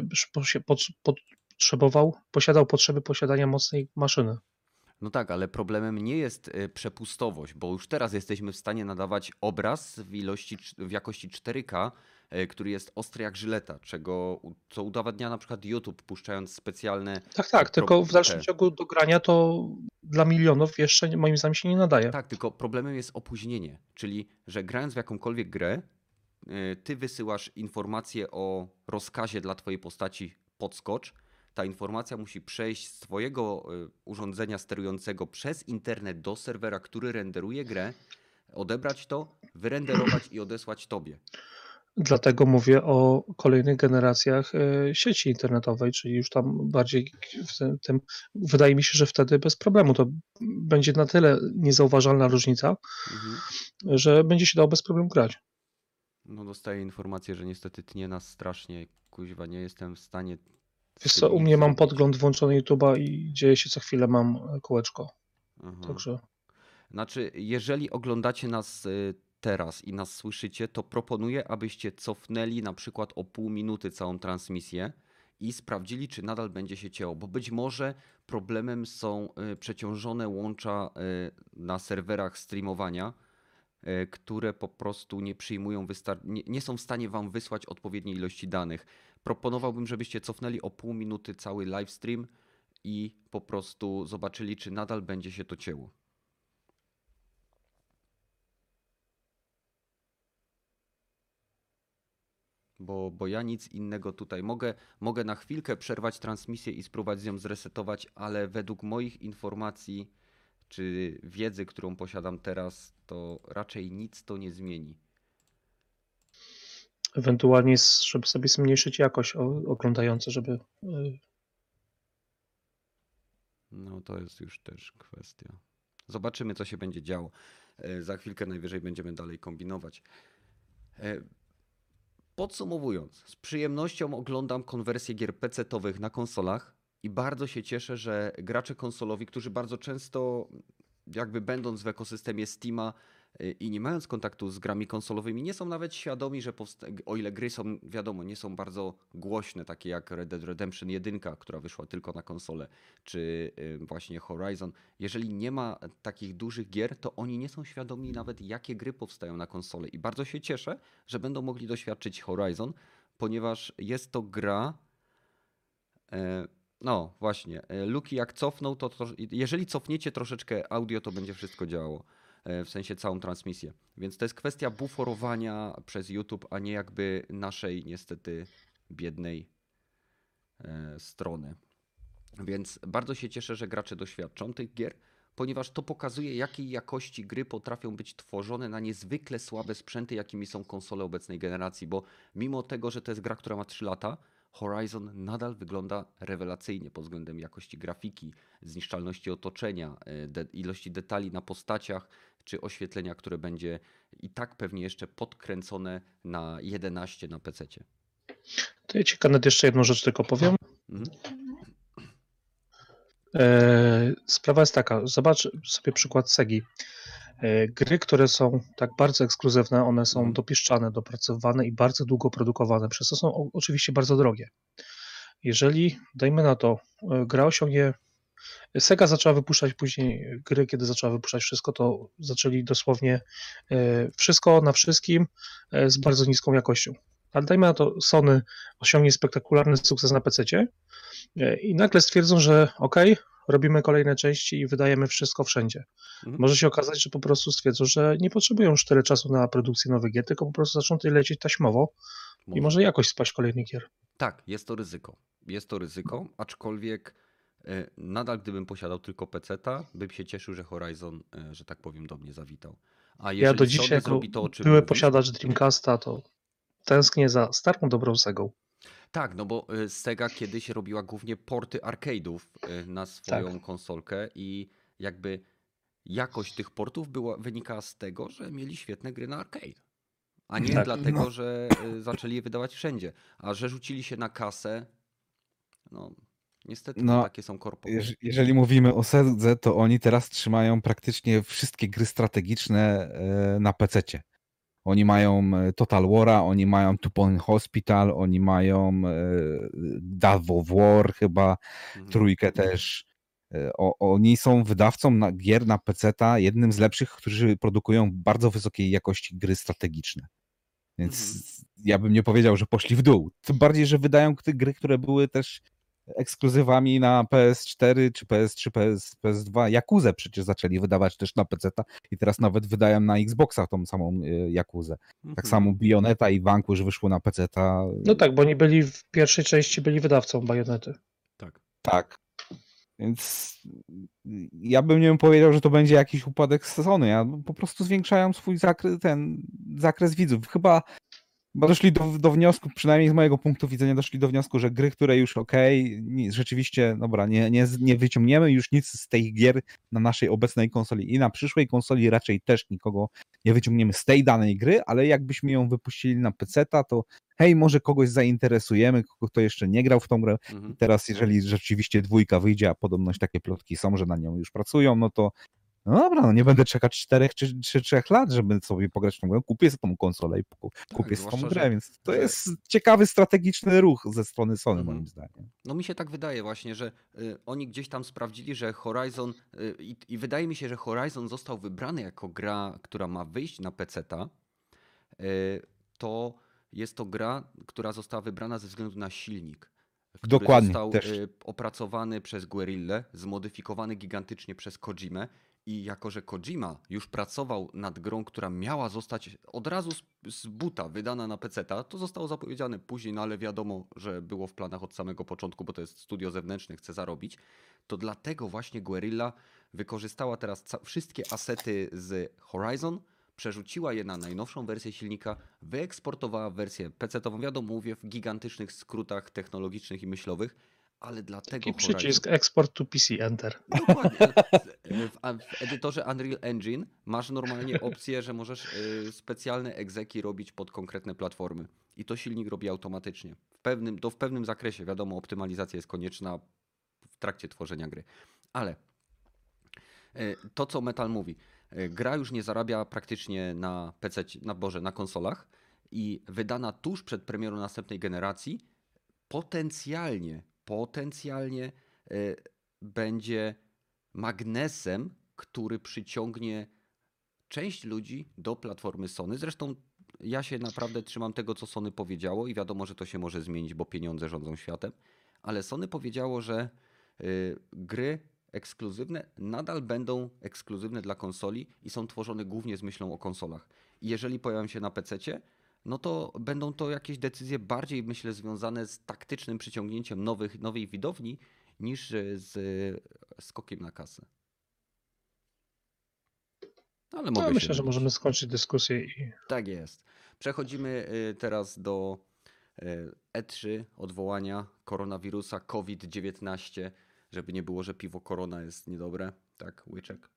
posiadał potrzeby posiadania mocnej maszyny. No tak, ale problemem nie jest przepustowość, bo już teraz jesteśmy w stanie nadawać obraz w jakości 4K, który jest ostry jak żyleta, co udowadnia na przykład YouTube, puszczając specjalne... Tak, tylko w dalszym ciągu do grania to dla milionów jeszcze moim zdaniem się nie nadaje. Tak, tylko problemem jest opóźnienie, czyli że grając w jakąkolwiek grę, ty wysyłasz informację o rozkazie dla twojej postaci podskocz, ta informacja musi przejść z twojego urządzenia sterującego przez internet do serwera, który renderuje grę, odebrać to, wyrenderować i odesłać tobie. Dlatego mówię o kolejnych generacjach sieci internetowej, czyli już tam bardziej w tym, wydaje mi się, że wtedy bez problemu to będzie na tyle niezauważalna różnica, że będzie się dało bez problemu grać. No dostaję informację, że niestety tnie nas strasznie, kuźwa, nie jestem w stanie... Wiesz co, u mnie mam podgląd włączony YouTube'a i dzieje się co chwilę, mam kółeczko. Także... Znaczy, jeżeli oglądacie nas teraz i nas słyszycie, to proponuję, abyście cofnęli na przykład o pół minuty całą transmisję i sprawdzili, czy nadal będzie się cięło, bo być może problemem są przeciążone łącza na serwerach streamowania, które po prostu nie przyjmują, nie są w stanie wam wysłać odpowiedniej ilości danych. Proponowałbym, żebyście cofnęli o pół minuty cały livestream i po prostu zobaczyli, czy nadal będzie się to cięło. Bo ja nic innego tutaj mogę na chwilkę przerwać transmisję i spróbować z nią zresetować, ale według moich informacji czy wiedzy, którą posiadam teraz, to raczej nic to nie zmieni. Ewentualnie, żeby sobie zmniejszyć jakość oglądające, żeby... No to jest już też kwestia. Zobaczymy, co się będzie działo. Za chwilkę najwyżej będziemy dalej kombinować. Podsumowując, z przyjemnością oglądam konwersję gier PC-towych na konsolach i bardzo się cieszę, że gracze konsolowi, którzy bardzo często jakby będąc w ekosystemie Steama, i nie mając kontaktu z grami konsolowymi, nie są nawet świadomi, że o ile gry są, wiadomo, nie są bardzo głośne, takie jak Red Dead Redemption 1, która wyszła tylko na konsolę, czy właśnie Horizon. Jeżeli nie ma takich dużych gier, to oni nie są świadomi nawet, jakie gry powstają na konsolę. I bardzo się cieszę, że będą mogli doświadczyć Horizon, ponieważ jest to gra. No właśnie, Luki jak cofnął, to jeżeli cofniecie troszeczkę audio, to będzie wszystko działało. W sensie całą transmisję. Więc to jest kwestia buforowania przez YouTube, a nie jakby naszej niestety biednej strony. Więc bardzo się cieszę, że gracze doświadczą tych gier, ponieważ to pokazuje, jakiej jakości gry potrafią być tworzone na niezwykle słabe sprzęty, jakimi są konsole obecnej generacji, bo mimo tego, że to jest gra, która ma 3 lata, Horizon nadal wygląda rewelacyjnie pod względem jakości grafiki, zniszczalności otoczenia, ilości detali na postaciach, czy oświetlenia, które będzie i tak pewnie jeszcze podkręcone na 11 na PC-cie. To ja ci, Kanet, jeszcze jedną rzecz tylko powiem. Mhm. Sprawa jest taka, zobacz sobie przykład Segi. Gry, które są tak bardzo ekskluzywne, one są dopieszczane, dopracowane i bardzo długo produkowane, przez to są oczywiście bardzo drogie. Jeżeli, dajmy na to, gra osiągnie. Sega zaczęła wypuszczać później gry, kiedy zaczęła wypuszczać wszystko, to zaczęli dosłownie wszystko na wszystkim z bardzo niską jakością. Ale dajmy na to, Sony osiągnie spektakularny sukces na PC-cie i nagle stwierdzą, że okej, robimy kolejne części i wydajemy wszystko wszędzie. Może się okazać, że po prostu stwierdzą, że nie potrzebują już tyle czasu na produkcję nowych gier, tylko po prostu zaczną tutaj lecieć taśmowo i może jakość spaść kolejnych gier. Tak, jest to ryzyko. Jest to ryzyko, aczkolwiek nadal gdybym posiadał tylko PC-ta, bym się cieszył, że Horizon, że tak powiem, do mnie zawitał. A jeżeli Ja do Sony dzisiaj, jako zrobi to, o czym były mówisz, posiadacz Dreamcasta, to tęsknię za starą, dobrą Segą. tak, no bo Sega kiedyś robiła głównie porty arcade'ów na swoją konsolkę i jakby jakość tych portów wynikała z tego, że mieli świetne gry na arcade. A nie dlatego, że zaczęli je wydawać wszędzie. A że rzucili się na kasę, no niestety no, takie są korpo. Jeżeli mówimy o Sedze, to oni teraz trzymają praktycznie wszystkie gry strategiczne na PC-cie. Oni mają Total War'a, oni mają Two Point Hospital, oni mają Dawn of War chyba, trójkę też. Oni są wydawcą gier na PC-ta, jednym z lepszych, którzy produkują bardzo wysokiej jakości gry strategiczne. Więc ja bym nie powiedział, że poszli w dół. Tym bardziej, że wydają gry, które były też ekskluzywami na PS4 czy PS3, PS2. Yakuzę przecież zaczęli wydawać też na PC-ta i teraz nawet wydają na Xboxa tą samą Yakuzę. Tak samo Bayonetta i Vanquish wyszło na PC-ta. No tak, bo oni byli w pierwszej części byli wydawcą Bayonety. Tak. Więc ja bym nie powiedział, że to będzie jakiś upadek Sony. Po prostu zwiększają swój zakres widzów. Chyba doszli do wniosku, przynajmniej z mojego punktu widzenia, doszli do wniosku, że gry, które już rzeczywiście, dobra, nie wyciągniemy już nic z tych gier na naszej obecnej konsoli i na przyszłej konsoli raczej też nikogo nie wyciągniemy z tej danej gry, ale jakbyśmy ją wypuścili na PC-ta, to hej, może kogoś zainteresujemy, kto jeszcze nie grał w tą grę. I teraz, jeżeli rzeczywiście 2 wyjdzie, a podobność takie plotki są, że na nią już pracują, no to no dobra, no nie będę czekać 4 czy 3 lat, żeby sobie pograć w tą grę. Kupię sobie tą konsolę i kupię sobie tą grę, więc to jest ciekawy, strategiczny ruch ze strony Sony, moim zdaniem. No mi się tak wydaje właśnie, że oni gdzieś tam sprawdzili, że Horizon i wydaje mi się, że Horizon został wybrany jako gra, która ma wyjść na PC-ta, to jest to gra, która została wybrana ze względu na silnik. Który Dokładnie, został też. opracowany przez Guerrillę, zmodyfikowany gigantycznie przez Kojimę i jako, że Kojima już pracował nad grą, która miała zostać od razu z buta wydana na PC-ta, to zostało zapowiedziane później, no ale wiadomo, że było w planach od samego początku, bo to jest studio zewnętrzne, chce zarobić, to dlatego właśnie Guerrilla wykorzystała teraz wszystkie asety z Horizon, przerzuciła je na najnowszą wersję silnika, wyeksportowała wersję PC-tową, wiadomo, mówię w gigantycznych skrótach technologicznych i myślowych, ale dlatego I przycisk Export to PC, Enter. Dokładnie. W edytorze Unreal Engine masz normalnie opcję, że możesz specjalne egzeki robić pod konkretne platformy. I to silnik robi automatycznie. W pewnym zakresie, wiadomo, optymalizacja jest konieczna w trakcie tworzenia gry. Ale to, co Metal mówi. gra już nie zarabia praktycznie na PC, na konsolach i wydana tuż przed premierą następnej generacji potencjalnie będzie magnesem, który przyciągnie część ludzi do platformy Sony. Zresztą ja się naprawdę trzymam tego, co Sony powiedziało i wiadomo, że to się może zmienić, bo pieniądze rządzą światem, ale Sony powiedziało, że gry ekskluzywne nadal będą ekskluzywne dla konsoli i są tworzone głównie z myślą o konsolach. I jeżeli pojawią się na PC-cie, no to będą to jakieś decyzje bardziej, myślę, związane z taktycznym przyciągnięciem nowej widowni niż z skokiem na kasę. Ale mogę No, się myślę, że mylić. możemy skończyć dyskusję i Tak jest. Przechodzimy teraz do E3, odwołania koronawirusa COVID-19, żeby nie było, że piwo Korona jest niedobre. Tak, łyczek.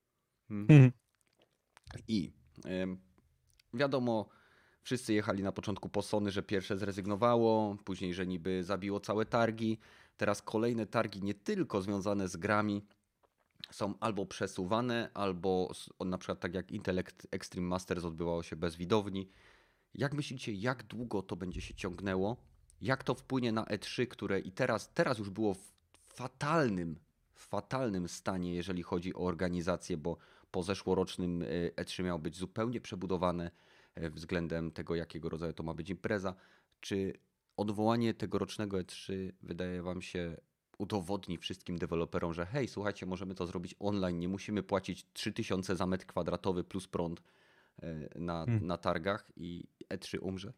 I wiadomo, wszyscy jechali na początku po Sony, że pierwsze zrezygnowało, później, że niby zabiło całe targi. Teraz kolejne targi nie tylko związane z grami są albo przesuwane, albo na przykład tak jak Intel Extreme Masters odbywało się bez widowni. Jak myślicie, jak długo to będzie się ciągnęło? Jak to wpłynie na E3, które i teraz już było w fatalnym stanie, jeżeli chodzi o organizację, bo po zeszłorocznym E3 miało być zupełnie przebudowane względem tego, jakiego rodzaju to ma być impreza. Czy odwołanie tegorocznego E3 wydaje wam się udowodni wszystkim deweloperom, że hej, słuchajcie, możemy to zrobić online, nie musimy płacić 3000 za metr kwadratowy plus prąd na targach i E3 umrze?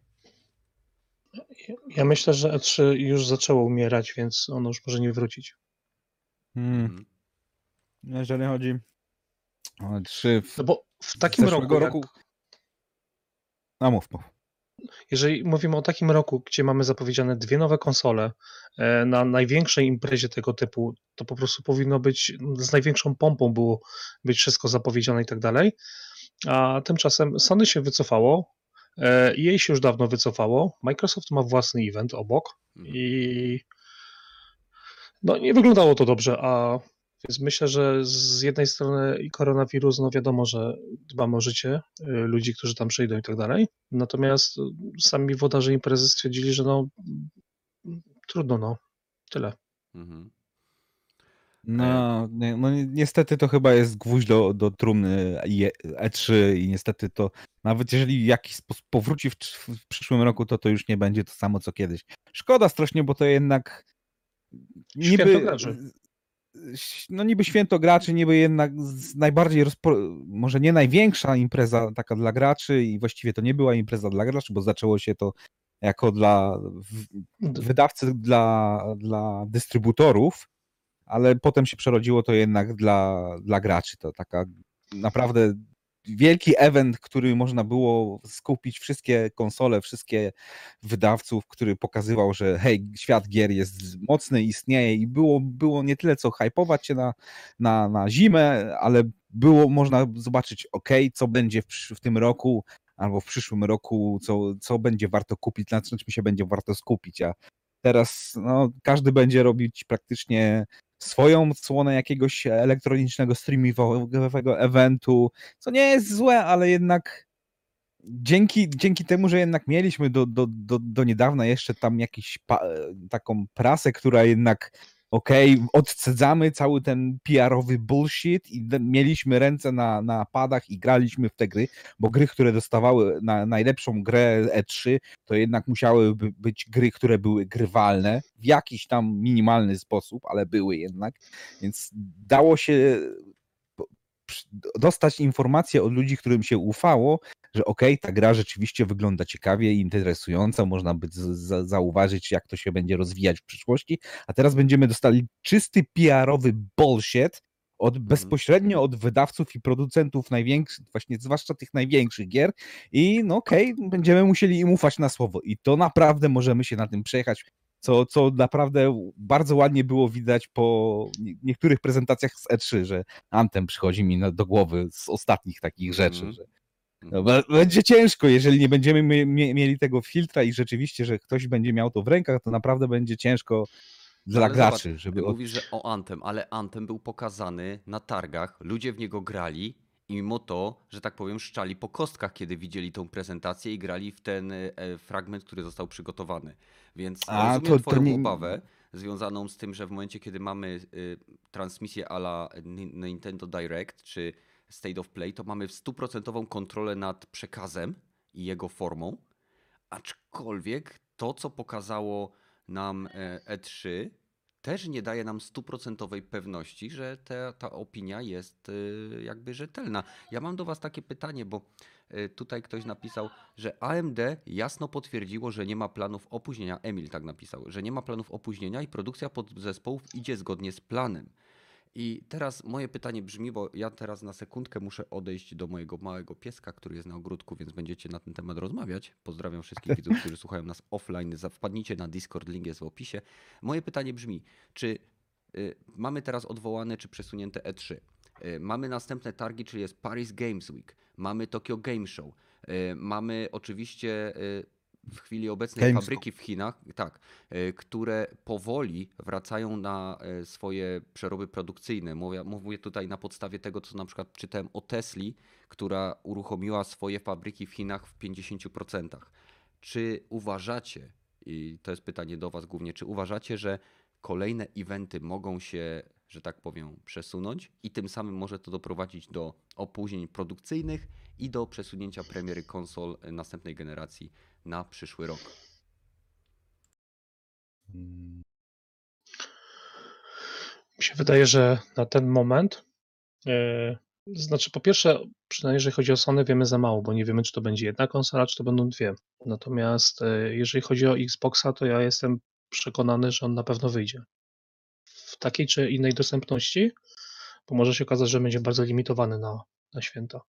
ja myślę, że E3 już zaczęło umierać, więc ono już może nie wrócić. Jeżeli chodzi o E3 No bo w z takim zeszłego roku, roku... No mów. jeżeli mówimy o takim roku, gdzie mamy zapowiedziane 2 nowe konsole na największej imprezie tego typu, to po prostu powinno być, z największą pompą było być wszystko zapowiedziane i tak dalej, a tymczasem Sony się wycofało, EA się już dawno wycofało, Microsoft ma własny event obok i no nie wyglądało to dobrze, a więc myślę, że z jednej strony i koronawirus, no wiadomo, że dbamy o życie ludzi, którzy tam przyjdą i tak dalej, natomiast sami włodarze imprezy stwierdzili, że no trudno, no tyle. No niestety to chyba jest gwóźdź do trumny E3 i niestety to nawet jeżeli w jakiś sposób powróci w przyszłym roku, to już nie będzie to samo co kiedyś. Szkoda strasznie, bo to jednak Święto graczy. No niby święto graczy, niby jednak najbardziej, może nie największa impreza taka dla graczy i właściwie to nie była impreza dla graczy, bo zaczęło się to jako dla wydawcy, dla dystrybutorów, ale potem się przerodziło to jednak dla graczy. To taka naprawdę wielki event, który można było skupić wszystkie konsole, wszystkie wydawców, który pokazywał, że hej, świat gier jest mocny, istnieje i było nie tyle co hypować się na zimę, ale było można zobaczyć, co będzie w tym roku albo w przyszłym roku, co będzie warto kupić, na czym się będzie warto skupić, a teraz no, każdy będzie robić praktycznie swoją odsłonę jakiegoś elektronicznego streamingowego eventu, co nie jest złe, ale jednak dzięki temu, że jednak mieliśmy do niedawna jeszcze tam taką prasę, która jednak odcedzamy cały ten PR-owy bullshit i mieliśmy ręce na padach i graliśmy w te gry, bo gry, które dostawały na najlepszą grę E3, to jednak musiały być gry, które były grywalne w jakiś tam minimalny sposób, ale były jednak, więc dało się dostać informacje od ludzi, którym się ufało, że ta gra rzeczywiście wygląda ciekawie i interesująco, można by zauważyć, jak to się będzie rozwijać w przyszłości, a teraz będziemy dostali czysty PR-owy bullshit bezpośrednio od wydawców i producentów największych, właśnie zwłaszcza tych największych gier i będziemy musieli im ufać na słowo i to naprawdę możemy się na tym przejechać, co naprawdę bardzo ładnie było widać po niektórych prezentacjach z E3, że Anthem przychodzi mi do głowy z ostatnich takich rzeczy, że będzie ciężko, jeżeli nie będziemy mieli tego filtra i rzeczywiście, że ktoś będzie miał to w rękach, to naprawdę będzie ciężko dla graczy. Zobacz, mówisz, że o Anthem, ale Anthem był pokazany na targach, ludzie w niego grali I mimo to, że tak powiem, szczali po kostkach, kiedy widzieli tą prezentację i grali w ten fragment, który został przygotowany. Więc A rozumiem to twoją nie. obawę związaną z tym, że w momencie, kiedy mamy transmisję a la Nintendo Direct czy State of Play, to mamy 100% kontrolę nad przekazem i jego formą. Aczkolwiek to, co pokazało nam E3, też nie daje nam 100% pewności, że ta opinia jest jakby rzetelna. Ja mam do Was takie pytanie, bo tutaj ktoś napisał, że AMD jasno potwierdziło, że nie ma planów opóźnienia. Emil tak napisał, że nie ma planów opóźnienia i produkcja podzespołów idzie zgodnie z planem. I teraz moje pytanie brzmi, bo ja teraz na sekundkę muszę odejść do mojego małego pieska, który jest na ogródku, więc będziecie na ten temat rozmawiać. Pozdrawiam wszystkich widzów, którzy słuchają nas offline. Wpadnijcie na Discord, link jest w opisie. Moje pytanie brzmi, czy mamy teraz odwołane czy przesunięte E3? Mamy następne targi, czyli jest Paris Games Week, mamy Tokyo Game Show, mamy oczywiście w chwili obecnej Gamescom. fabryki w Chinach, tak, które powoli wracają na swoje przeroby produkcyjne. Mówię tutaj na podstawie tego, co na przykład czytałem o Tesli, która uruchomiła swoje fabryki w Chinach w 50%. Czy uważacie, i to jest pytanie do Was głównie, czy uważacie, że kolejne eventy mogą się, że tak powiem, przesunąć i tym samym może to doprowadzić do opóźnień produkcyjnych i do przesunięcia premiery konsol następnej generacji na przyszły rok? Mi się wydaje, że na ten moment, znaczy po pierwsze, przynajmniej jeżeli chodzi o Sony, wiemy za mało, bo nie wiemy, czy to będzie jedna konsola, czy to będą dwie. Natomiast jeżeli chodzi o Xboxa, to ja jestem przekonany, że on na pewno wyjdzie. W takiej czy innej dostępności, bo może się okazać, że będzie bardzo limitowany na święta.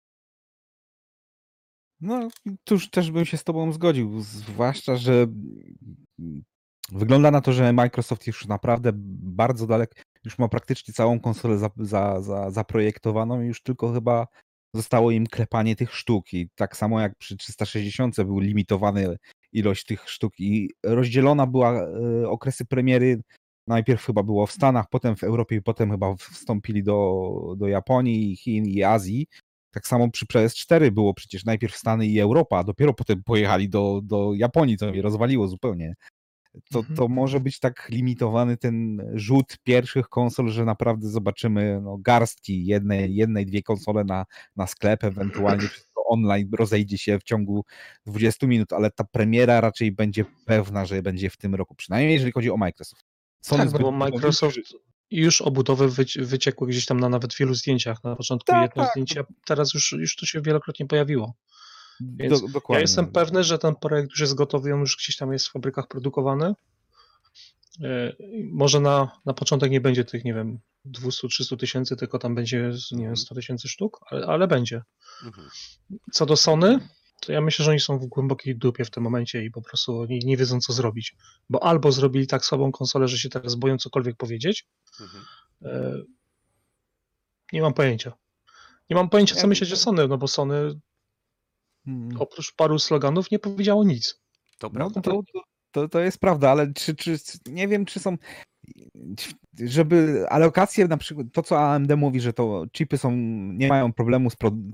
No, tuż też bym się z tobą zgodził, zwłaszcza, że wygląda na to, że Microsoft już naprawdę bardzo daleko, już ma praktycznie całą konsolę zaprojektowaną i już tylko chyba zostało im klepanie tych sztuk i tak samo jak przy 360 był limitowany ilość tych sztuk i rozdzielona była okresy premiery, najpierw chyba było w Stanach, potem w Europie i potem chyba wstąpili do Japonii, Chin i Azji. Tak samo przy PS4 było przecież najpierw Stany i Europa, a dopiero potem pojechali do Japonii, co mnie rozwaliło zupełnie. To może być tak limitowany ten rzut pierwszych konsol, że naprawdę zobaczymy garstki, jednej, dwie konsole na sklep, ewentualnie wszystko online rozejdzie się w ciągu 20 minut, ale ta premiera raczej będzie pewna, że będzie w tym roku, przynajmniej jeżeli chodzi o Microsoft. Sony Tak, no bo zbyt dużo Microsoft już obudowy wyciekły gdzieś tam na nawet wielu zdjęciach. Na początku Tak, jedno tak. zdjęcie, a teraz już to się wielokrotnie pojawiło. Więc ja dokładnie. jestem pewny, że ten projekt już jest gotowy, on już gdzieś tam jest w fabrykach produkowany. Może na początek nie będzie tych, nie wiem, 200-300 tysięcy, tylko tam będzie, nie wiem, 100 tysięcy sztuk, ale będzie. Mhm. Co do Sony, to ja myślę, że oni są w głębokiej dupie w tym momencie i po prostu oni nie wiedzą, co zrobić. Bo albo zrobili tak słabą konsolę, że się teraz boją cokolwiek powiedzieć. Mhm. Nie mam pojęcia. Nie mam pojęcia, co Ja- myśleć o Sony, no bo Sony Hmm. oprócz paru sloganów nie powiedziało nic. To No prawda. to jest prawda, ale czy nie wiem, czy są, żeby alokacje, na przykład to, co AMD mówi, że to chipy nie mają problemu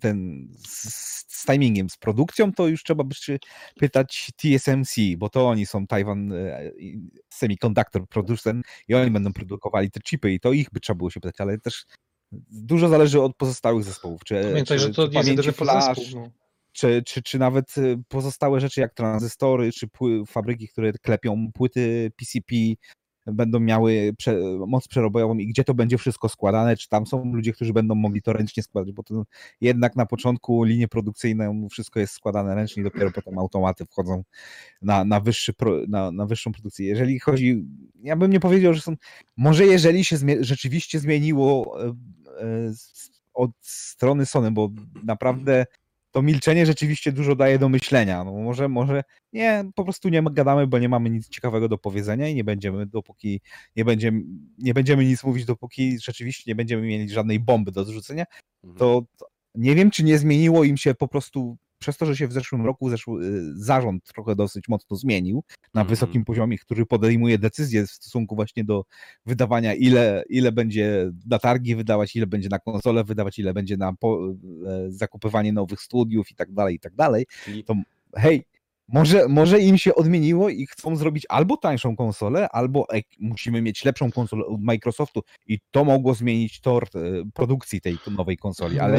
z timingiem, z produkcją, to już trzeba by się pytać TSMC, bo to oni są Taiwan Semiconductor Producent i oni będą produkowali te chipy i to ich by trzeba było się pytać, ale też dużo zależy od pozostałych zespołów, Pamiętaj, że to czy jest jedyny pamięci flash, zespół. No. czy nawet pozostałe rzeczy jak tranzystory, czy fabryki, które klepią płyty PCP, będą miały moc przerobową i gdzie to będzie wszystko składane, czy tam są ludzie, którzy będą mogli to ręcznie składać, bo to jednak na początku linię produkcyjną wszystko jest składane ręcznie i dopiero potem automaty wchodzą na wyższą produkcję. Jeżeli chodzi, ja bym nie powiedział, że są, może jeżeli się rzeczywiście zmieniło od strony Sony, bo naprawdę to milczenie rzeczywiście dużo daje do myślenia. No może nie, po prostu nie gadamy, bo nie mamy nic ciekawego do powiedzenia i nie będziemy, dopóki nie będziemy nic mówić, dopóki rzeczywiście nie będziemy mieli żadnej bomby do zrzucenia, Mhm. to nie wiem, czy nie zmieniło im się po prostu przez to, że się w zeszłym roku zarząd trochę dosyć mocno zmienił na wysokim poziomie, który podejmuje decyzje w stosunku właśnie do wydawania, ile będzie na targi wydawać, ile będzie na konsole wydawać, ile będzie na zakupywanie nowych studiów i tak dalej, Czyli to hej, może im się odmieniło i chcą zrobić albo tańszą konsolę, albo musimy mieć lepszą konsolę od Microsoftu i to mogło zmienić tor produkcji tej nowej konsoli, ale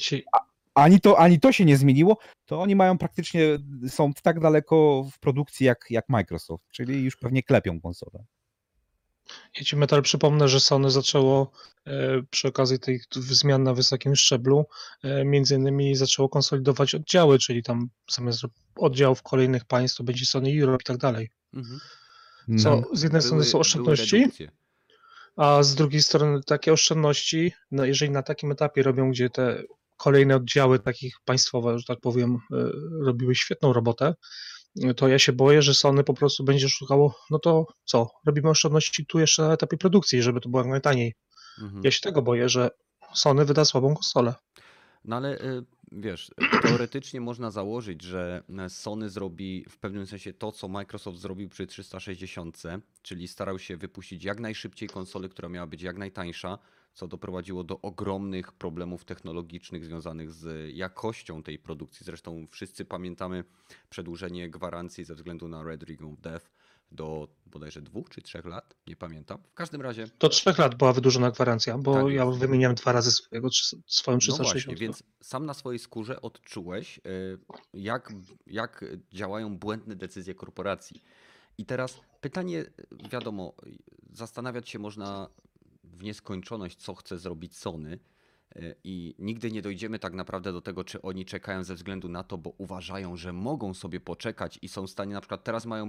ani to się nie zmieniło, to oni mają praktycznie, są tak daleko w produkcji jak Microsoft, czyli już pewnie klepią konsolę. Ja ci Metal przypomnę, że Sony zaczęło przy okazji tych zmian na wysokim szczeblu między innymi zaczęło konsolidować oddziały, czyli tam zamiast oddziałów kolejnych państw to będzie Sony Europe i tak dalej. Co z jednej strony są oszczędności, redukcje. a z drugiej strony takie oszczędności, no jeżeli na takim etapie robią, gdzie te kolejne oddziały takich państwowe, że tak powiem, robiły świetną robotę, to ja się boję, że Sony po prostu będzie szukało, no to co, robimy oszczędności tu jeszcze na etapie produkcji, żeby to było jak najtaniej. Ja się tego boję, że Sony wyda słabą konsolę. No ale wiesz, teoretycznie można założyć, że Sony zrobi w pewnym sensie to, co Microsoft zrobił przy 360, czyli starał się wypuścić jak najszybciej konsolę, która miała być jak najtańsza, co doprowadziło do ogromnych problemów technologicznych związanych z jakością tej produkcji. Zresztą wszyscy pamiętamy przedłużenie gwarancji ze względu na Red Ring of Death do bodajże 2 czy 3 lat, nie pamiętam. W każdym razie... Do 3 lat była wydłużona gwarancja, bo Tak ja jest. wymieniłem 2 razy swoją 360. No właśnie, więc sam na swojej skórze odczułeś, jak działają błędne decyzje korporacji. I teraz pytanie, wiadomo, zastanawiać się można w nieskończoność, co chce zrobić Sony i nigdy nie dojdziemy tak naprawdę do tego, czy oni czekają ze względu na to, bo uważają, że mogą sobie poczekać i są w stanie, na przykład teraz mają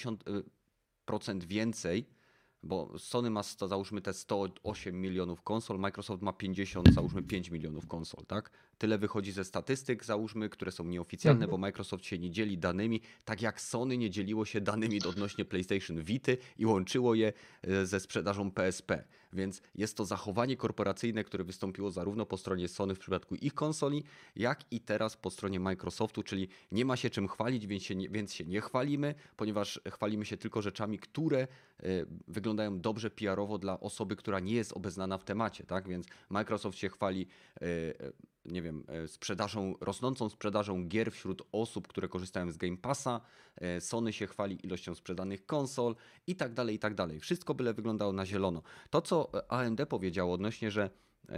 50% więcej, bo Sony ma załóżmy te 108 milionów konsol, Microsoft ma 50, załóżmy 5 milionów konsol, tak? Tyle wychodzi ze statystyk, załóżmy, które są nieoficjalne, bo Microsoft się nie dzieli danymi, tak jak Sony nie dzieliło się danymi odnośnie PlayStation Vity i łączyło je ze sprzedażą PSP. Więc jest to zachowanie korporacyjne, które wystąpiło zarówno po stronie Sony w przypadku ich konsoli, jak i teraz po stronie Microsoftu, czyli nie ma się czym chwalić, więc się nie chwalimy, ponieważ chwalimy się tylko rzeczami, które wyglądają dobrze PR-owo dla osoby, która nie jest obeznana w temacie, tak? Więc Microsoft się chwali, nie wiem, rosnącą sprzedażą gier wśród osób, które korzystają z Game Passa, Sony się chwali ilością sprzedanych konsol i tak dalej, i tak dalej. Wszystko byle wyglądało na zielono. To, co AMD powiedziało odnośnie, że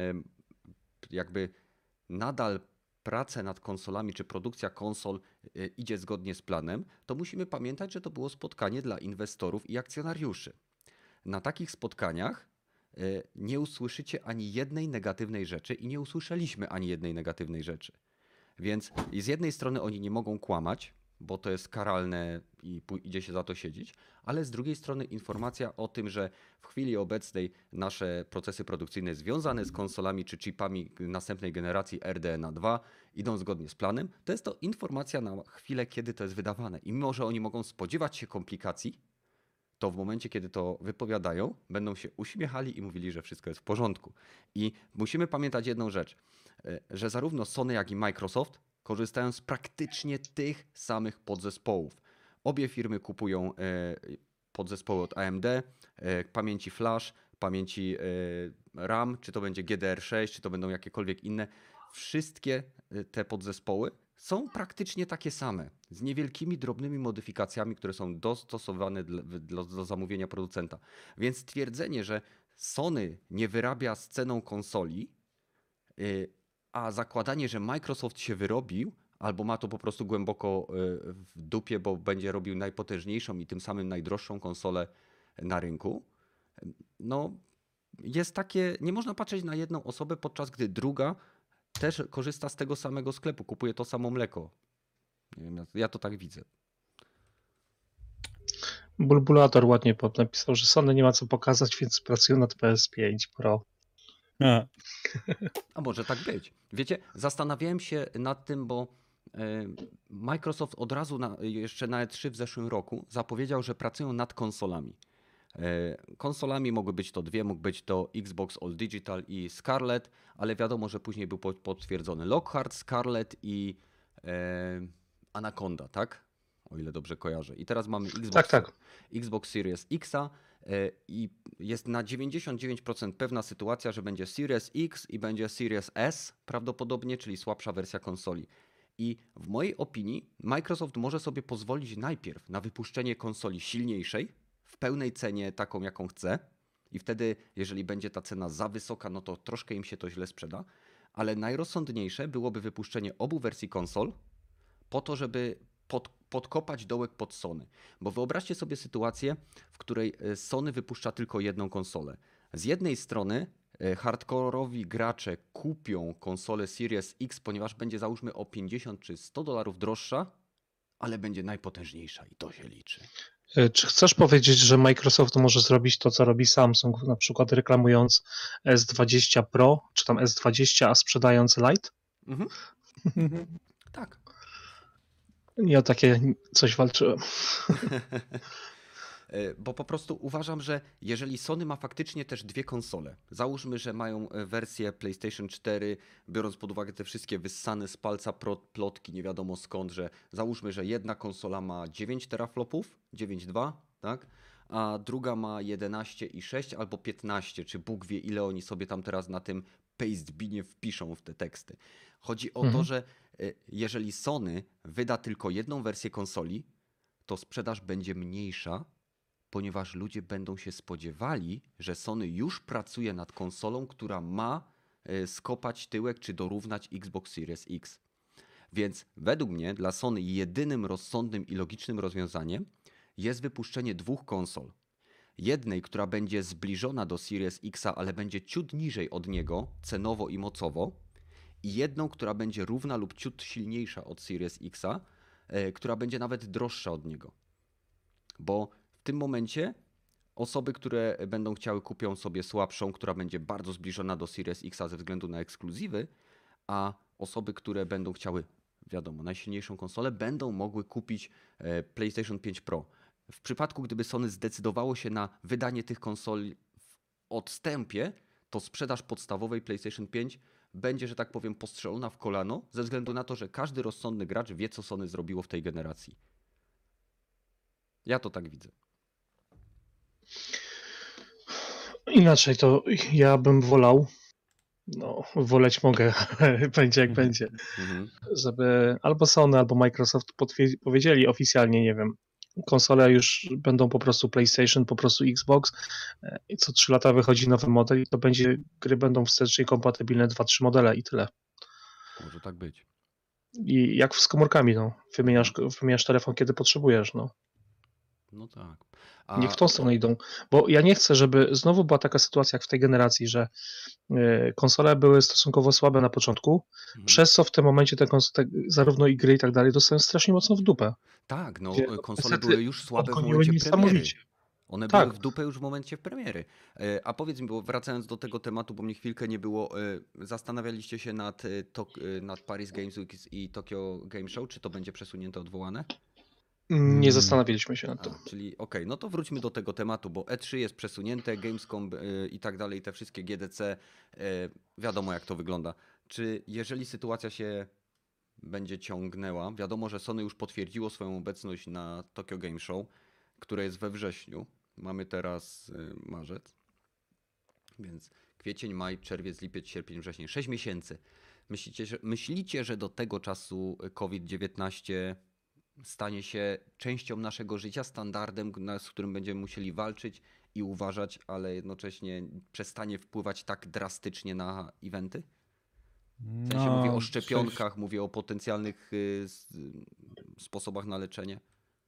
jakby nadal prace nad konsolami, czy produkcja konsol idzie zgodnie z planem, to musimy pamiętać, że to było spotkanie dla inwestorów i akcjonariuszy. Na takich spotkaniach nie usłyszycie ani jednej negatywnej rzeczy i nie usłyszeliśmy ani jednej negatywnej rzeczy. Więc z jednej strony oni nie mogą kłamać, bo to jest karalne i idzie się za to siedzieć, ale z drugiej strony informacja o tym, że w chwili obecnej nasze procesy produkcyjne związane z konsolami czy chipami następnej generacji RDNA 2 idą zgodnie z planem, to jest to informacja na chwilę, kiedy to jest wydawane. I mimo, że oni mogą spodziewać się komplikacji, to w momencie, kiedy to wypowiadają, będą się uśmiechali i mówili, że wszystko jest w porządku. I musimy pamiętać jedną rzecz, że zarówno Sony, jak i Microsoft korzystają z praktycznie tych samych podzespołów. Obie firmy kupują podzespoły od AMD, pamięci flash, pamięci RAM, czy to będzie GDR6, czy to będą jakiekolwiek inne. Wszystkie te podzespoły są praktycznie takie same, z niewielkimi, drobnymi modyfikacjami, które są dostosowane do zamówienia producenta. Więc twierdzenie, że Sony nie wyrabia z ceną konsoli, a zakładanie, że Microsoft się wyrobił, albo ma to po prostu głęboko w dupie, bo będzie robił najpotężniejszą i tym samym najdroższą konsolę na rynku, no jest takie, nie można patrzeć na jedną osobę, podczas gdy druga też korzysta z tego samego sklepu, kupuje to samo mleko. Nie wiem, ja to tak widzę. Bulbulator ładnie napisał, że Sony nie ma co pokazać, więc pracują nad PS5 Pro. A może tak być. Wiecie, zastanawiałem się nad tym, bo Microsoft od razu jeszcze na E3 w zeszłym roku zapowiedział, że pracują nad konsolami. Konsolami mogły być to dwie, mógł być to Xbox All Digital i Scarlett, ale wiadomo, że później był potwierdzony Lockhart, Scarlett i Anaconda, tak? O ile dobrze kojarzę. I teraz mamy Tak. Xbox Series X'a i jest na 99% pewna sytuacja, że będzie Series X i będzie Series S prawdopodobnie, czyli słabsza wersja konsoli. I w mojej opinii Microsoft może sobie pozwolić najpierw na wypuszczenie konsoli silniejszej, w pełnej cenie taką jaką chce i wtedy jeżeli będzie ta cena za wysoka, no to troszkę im się to źle sprzeda, ale najrozsądniejsze byłoby wypuszczenie obu wersji konsol po to, żeby podkopać dołek pod Sony. Bo wyobraźcie sobie sytuację, w której Sony wypuszcza tylko jedną konsolę. Z jednej strony hardkorowi gracze kupią konsolę Series X, ponieważ będzie załóżmy o 50 czy $100 droższa, ale będzie najpotężniejsza i to się liczy. Czy chcesz powiedzieć, że Microsoft może zrobić to, co robi Samsung, na przykład reklamując S20 Pro, czy tam S20, a sprzedając Lite? Mhm. Tak. Ja o takie coś walczyłem. Bo po prostu uważam, że jeżeli Sony ma faktycznie też dwie konsole, załóżmy, że mają wersję PlayStation 4, biorąc pod uwagę te wszystkie wyssane z palca plotki, nie wiadomo skąd, że załóżmy, że jedna konsola ma 9 teraflopów, 9,2, tak? A druga ma 11,6 albo 15, czy Bóg wie ile oni sobie tam teraz na tym pastebinie wpiszą w te teksty. Chodzi o to, że jeżeli Sony wyda tylko jedną wersję konsoli, to sprzedaż będzie mniejsza, ponieważ ludzie będą się spodziewali, że Sony już pracuje nad konsolą, która ma skopać tyłek czy dorównać Xbox Series X. Więc według mnie dla Sony jedynym rozsądnym i logicznym rozwiązaniem jest wypuszczenie dwóch konsol. Jednej, która będzie zbliżona do Series X'a, ale będzie ciut niżej od niego cenowo i mocowo, i jedną, która będzie równa lub ciut silniejsza od Series X'a, która będzie nawet droższa od niego. Bo w tym momencie osoby, które będą chciały, kupią sobie słabszą, która będzie bardzo zbliżona do Series X'a ze względu na ekskluzywy, a osoby, które będą chciały, wiadomo, najsilniejszą konsolę, będą mogły kupić PlayStation 5 Pro. W przypadku, gdyby Sony zdecydowało się na wydanie tych konsol w odstępie, to sprzedaż podstawowej PlayStation 5 będzie, że tak powiem, postrzelona w kolano, ze względu na to, że każdy rozsądny gracz wie, co Sony zrobiło w tej generacji. Ja to tak widzę. Inaczej to ja bym wolał, woleć mogę, będzie jak będzie, żeby albo Sony, albo Microsoft powiedzieli oficjalnie, nie wiem, konsole już będą po prostu PlayStation, po prostu Xbox i co 3 lata wychodzi nowy model i to gry będą wstecznie kompatybilne 2-3 modele i tyle. Może tak być. I jak z komórkami, wymieniasz telefon, kiedy potrzebujesz, No tak. Niech w tą stronę idą, bo ja nie chcę, żeby znowu była taka sytuacja jak w tej generacji, że konsole były stosunkowo słabe na początku, przez co w tym momencie te zarówno i gry i tak dalej dostają strasznie mocno w dupę. Tak, no Gdzie konsole były już słabe w odgoniły momencie premiery. niesamowicie. One Tak. były w dupę już w momencie premiery. A powiedz mi, bo wracając do tego tematu, bo mnie chwilkę nie było, zastanawialiście się nad Paris Games Week i Tokyo Game Show, czy to będzie przesunięte, odwołane? Nie zastanawialiśmy się nad tym. Czyli okej, no to wróćmy do tego tematu, bo E3 jest przesunięte, Gamescom i tak dalej, te wszystkie GDC, wiadomo jak to wygląda. Czy jeżeli sytuacja się będzie ciągnęła, wiadomo, że Sony już potwierdziło swoją obecność na Tokyo Game Show, które jest we wrześniu, mamy teraz marzec, więc kwiecień, maj, czerwiec, lipiec, sierpień, wrzesień, 6 miesięcy. Myślicie, że do tego czasu COVID-19 stanie się częścią naszego życia, standardem, z którym będziemy musieli walczyć i uważać, ale jednocześnie przestanie wpływać tak drastycznie na eventy? W sensie mówię o szczepionkach, mówię o potencjalnych sposobach na leczenie.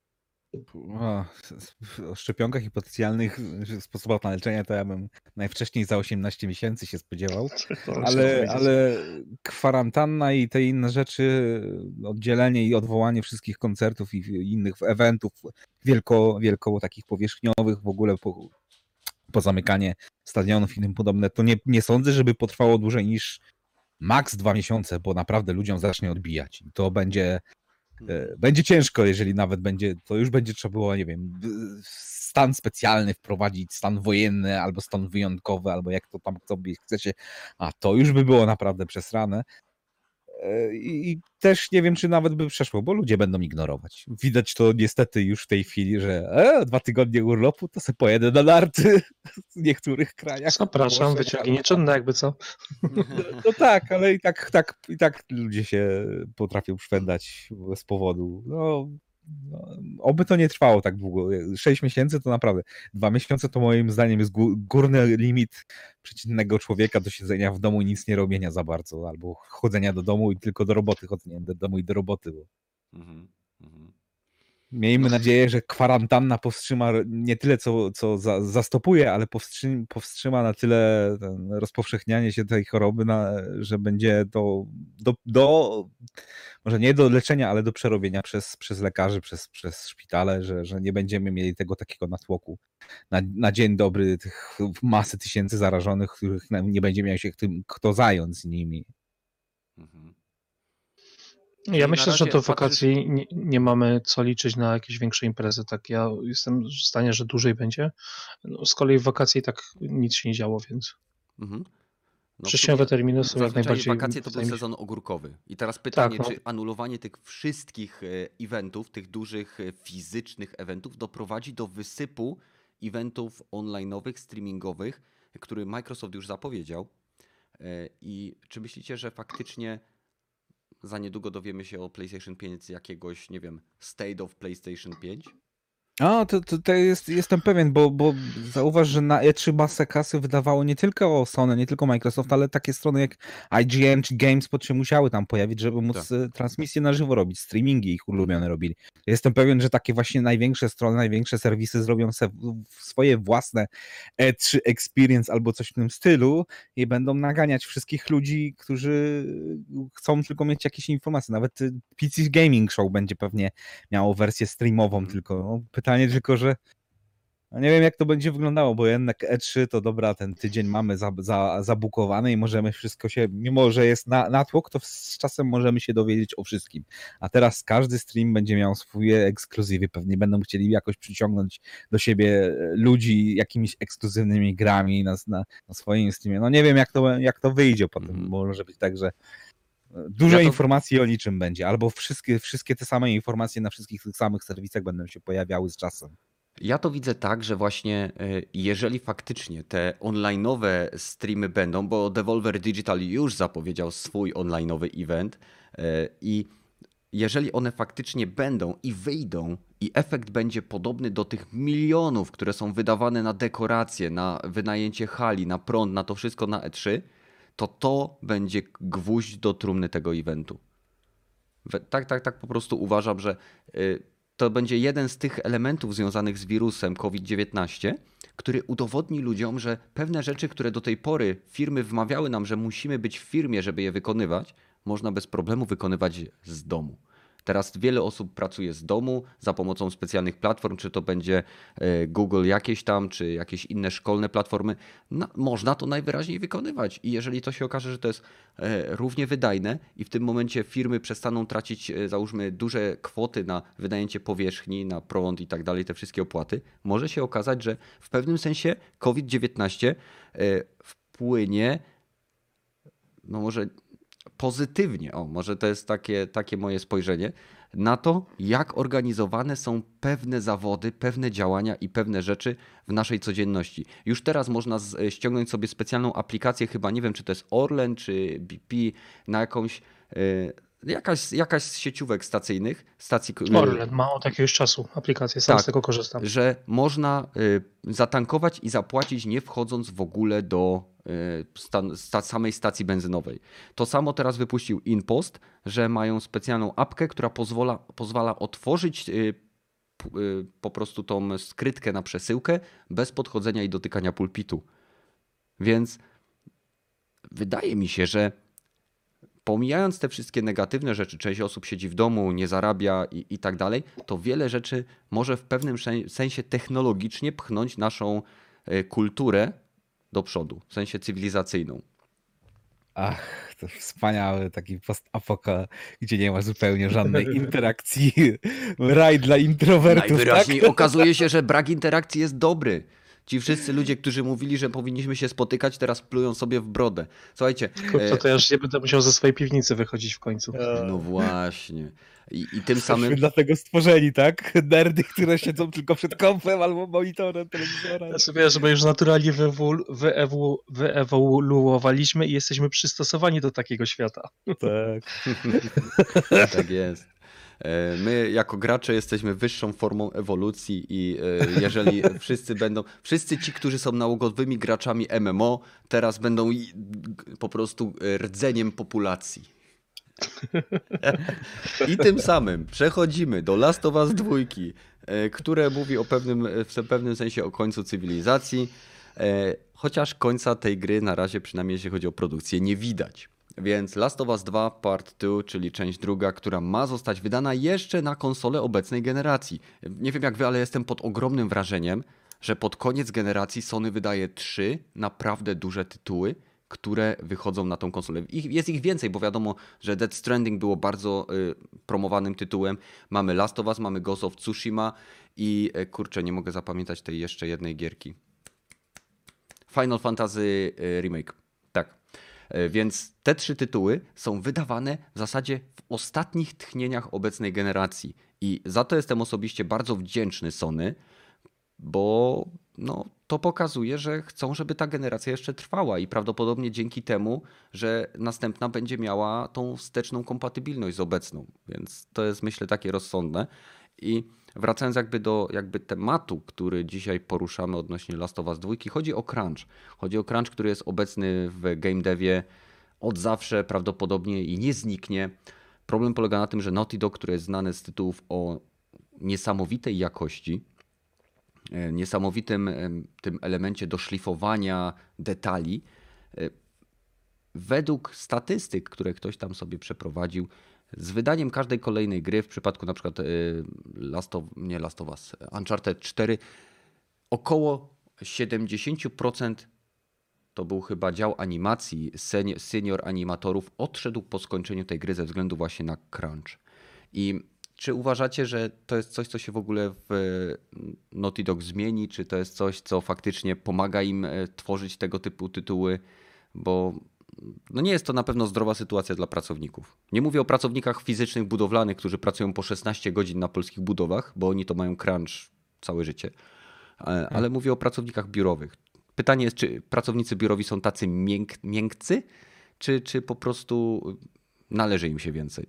O szczepionkach i potencjalnych sposobach na leczenie to ja bym najwcześniej za 18 miesięcy się spodziewał, ale kwarantanna i te inne rzeczy, oddzielenie i odwołanie wszystkich koncertów i innych eventów wielko takich powierzchniowych, w ogóle pozamykanie stadionów i tym podobne, to nie sądzę, żeby potrwało dłużej niż maks 2 miesiące, bo naprawdę ludziom zacznie odbijać. To będzie ciężko, jeżeli nawet to już będzie trzeba było, nie wiem, stan specjalny wprowadzić, stan wojenny, albo stan wyjątkowy, albo jak to tam sobie chcecie, a to już by było naprawdę przesrane. I też nie wiem, czy nawet by przeszło, bo ludzie będą ignorować. Widać to niestety już w tej chwili, że 2 tygodnie urlopu, to se pojedę na narty w niektórych krajach. Zapraszam, Włoszech, wyciągnięcie czynne, jakby co. no tak, ale i tak ludzie się potrafią szwendać bez powodu. Oby to nie trwało tak długo. 6 miesięcy to naprawdę. 2 miesiące to moim zdaniem jest górny limit przeciętnego człowieka do siedzenia w domu i nic nie robienia za bardzo, albo chodzenia do domu i tylko do roboty, chodzenia do domu i do roboty. Bo Mhm, mhm. miejmy nadzieję, że kwarantanna powstrzyma nie tyle, co zastopuje, ale powstrzyma na tyle rozpowszechnianie się tej choroby, że będzie to może nie do leczenia, ale do przerobienia przez lekarzy, przez szpitale, że nie będziemy mieli tego takiego natłoku na dzień dobry tych masy tysięcy zarażonych, których nie będzie miał się kto zająć z nimi. Mhm. Ja Czyli na myślę, że razie do patrzysz- wakacji nie mamy co liczyć na jakieś większe imprezy. Tak, ja jestem w stanie, że dłużej będzie. No, z kolei w wakacje i tak nic się nie działo, więc Mhm. No w wrześniowe sumie terminy są jak zazwyczaj najbardziej. wakacje to był wydaje mi się- sezon ogórkowy. I teraz pytanie, no. czy anulowanie tych wszystkich eventów, tych dużych fizycznych eventów doprowadzi do wysypu eventów online'owych, streamingowych, który Microsoft już zapowiedział. I czy myślicie, że faktycznie za niedługo dowiemy się o PlayStation 5 z jakiegoś, nie wiem, State of PlayStation 5? To jestem pewien, bo zauważ, że na E3 masę kasy wydawało nie tylko Sony, nie tylko Microsoft, ale takie strony jak IGN czy GameSpot się musiały tam pojawić, żeby móc transmisje na żywo robić, streamingi ich ulubione robili. Jestem pewien, że takie właśnie największe strony, największe serwisy zrobią swoje własne E3 Experience albo coś w tym stylu i będą naganiać wszystkich ludzi, którzy chcą tylko mieć jakieś informacje. Nawet PC Gaming Show będzie pewnie miało wersję streamową tylko. No, pytanie tylko, że nie wiem jak to będzie wyglądało, bo jednak E3 to dobra, ten tydzień mamy zabukowany i możemy wszystko się, mimo że jest natłok, to z czasem możemy się dowiedzieć o wszystkim. A teraz każdy stream będzie miał swoje ekskluzywy, pewnie będą chcieli jakoś przyciągnąć do siebie ludzi jakimiś ekskluzywnymi grami na swoim streamie. No nie wiem jak to wyjdzie potem, bo może być tak, że dużo informacji o niczym będzie, albo wszystkie te same informacje na wszystkich tych samych serwisach będą się pojawiały z czasem. Ja to widzę tak, że właśnie jeżeli faktycznie te online'owe streamy będą, bo Devolver Digital już zapowiedział swój online'owy event i jeżeli one faktycznie będą i wyjdą i efekt będzie podobny do tych milionów, które są wydawane na dekoracje, na wynajęcie hali, na prąd, na to wszystko na E3, to będzie gwóźdź do trumny tego eventu. Tak po prostu uważam, że to będzie jeden z tych elementów związanych z wirusem COVID-19, który udowodni ludziom, że pewne rzeczy, które do tej pory firmy wmawiały nam, że musimy być w firmie, żeby je wykonywać, można bez problemu wykonywać z domu. Teraz wiele osób pracuje z domu za pomocą specjalnych platform, czy to będzie Google jakieś tam, czy jakieś inne szkolne platformy. Można to najwyraźniej wykonywać i jeżeli to się okaże, że to jest równie wydajne i w tym momencie firmy przestaną tracić załóżmy duże kwoty na wynajęcie powierzchni, na prąd i tak dalej, te wszystkie opłaty, może się okazać, że w pewnym sensie COVID-19 wpłynie, no może pozytywnie, może to jest takie moje spojrzenie, na to, jak organizowane są pewne zawody, pewne działania i pewne rzeczy w naszej codzienności. Już teraz można ściągnąć sobie specjalną aplikację, chyba nie wiem, czy to jest Orlen, czy BP, na jakaś z sieciówek stacji. Orlen ma od jakiegoś czasu aplikację, sam z tego korzystam. Że można zatankować i zapłacić, nie wchodząc w ogóle do samej stacji benzynowej. To samo teraz wypuścił InPost, że mają specjalną apkę, która pozwala otworzyć po prostu tą skrytkę na przesyłkę bez podchodzenia i dotykania pulpitu. Więc wydaje mi się, że pomijając te wszystkie negatywne rzeczy, część osób siedzi w domu, nie zarabia i tak dalej, to wiele rzeczy może w pewnym sensie technologicznie pchnąć naszą kulturę do przodu, w sensie cywilizacyjną. Ach, to wspaniały taki post-apoka, gdzie nie ma zupełnie żadnej interakcji. Raj dla introwertów. Najwyraźniej okazuje się, że brak interakcji jest dobry. Ci wszyscy ludzie, którzy mówili, że powinniśmy się spotykać, teraz plują sobie w brodę. Słuchajcie, Kurczę, to ja już nie będę musiał ze swojej piwnicy wychodzić w końcu. no właśnie. I tym Jesteśmy samym... dlatego stworzeni, tak? Nerdy, które siedzą tylko przed kompem albo monitorem telewizora. Znaczy wiesz, my już naturalnie wyewoluowaliśmy i jesteśmy przystosowani do takiego świata. Tak. Tak jest. My jako gracze jesteśmy wyższą formą ewolucji i jeżeli wszyscy ci, którzy są nałogowymi graczami MMO, teraz będą po prostu rdzeniem populacji. I tym samym przechodzimy do Last of Us 2, które mówi w pewnym sensie o końcu cywilizacji, chociaż końca tej gry na razie, przynajmniej jeśli chodzi o produkcję, nie widać. Więc Last of Us 2 Part 2, czyli część druga, która ma zostać wydana jeszcze na konsolę obecnej generacji. Nie wiem jak wy, ale jestem pod ogromnym wrażeniem, że pod koniec generacji Sony wydaje 3 naprawdę duże tytuły, które wychodzą na tą konsolę. Jest ich więcej, bo wiadomo, że Death Stranding było bardzo promowanym tytułem. Mamy Last of Us, mamy Ghost of Tsushima i kurczę, nie mogę zapamiętać tej jeszcze jednej gierki. Final Fantasy Remake. Tak. Więc te 3 tytuły są wydawane w zasadzie w ostatnich tchnieniach obecnej generacji. I za to jestem osobiście bardzo wdzięczny Sony, bo no, to pokazuje, że chcą, żeby ta generacja jeszcze trwała i prawdopodobnie dzięki temu, że następna będzie miała tą wsteczną kompatybilność z obecną. Więc to jest myślę takie rozsądne. I wracając do tematu, który dzisiaj poruszamy odnośnie Last of Us 2, chodzi o crunch. Chodzi o crunch, który jest obecny w game devie od zawsze prawdopodobnie i nie zniknie. Problem polega na tym, że Naughty Dog, które jest znane z tytułów o niesamowitej jakości, niesamowitym tym elemencie doszlifowania detali, według statystyk, które ktoś tam sobie przeprowadził, z wydaniem każdej kolejnej gry, w przypadku na przykład Last of Us, Uncharted 4, około 70% to był chyba dział animacji, senior animatorów odszedł po skończeniu tej gry ze względu właśnie na crunch. I czy uważacie, że to jest coś, co się w ogóle w Naughty Dog zmieni? Czy to jest coś, co faktycznie pomaga im tworzyć tego typu tytuły? Bo no nie jest to na pewno zdrowa sytuacja dla pracowników. Nie mówię o pracownikach fizycznych, budowlanych, którzy pracują po 16 godzin na polskich budowach, bo oni to mają crunch całe życie. Ale mówię o pracownikach biurowych. Pytanie jest, czy pracownicy biurowi są tacy miękcy, czy po prostu należy im się więcej?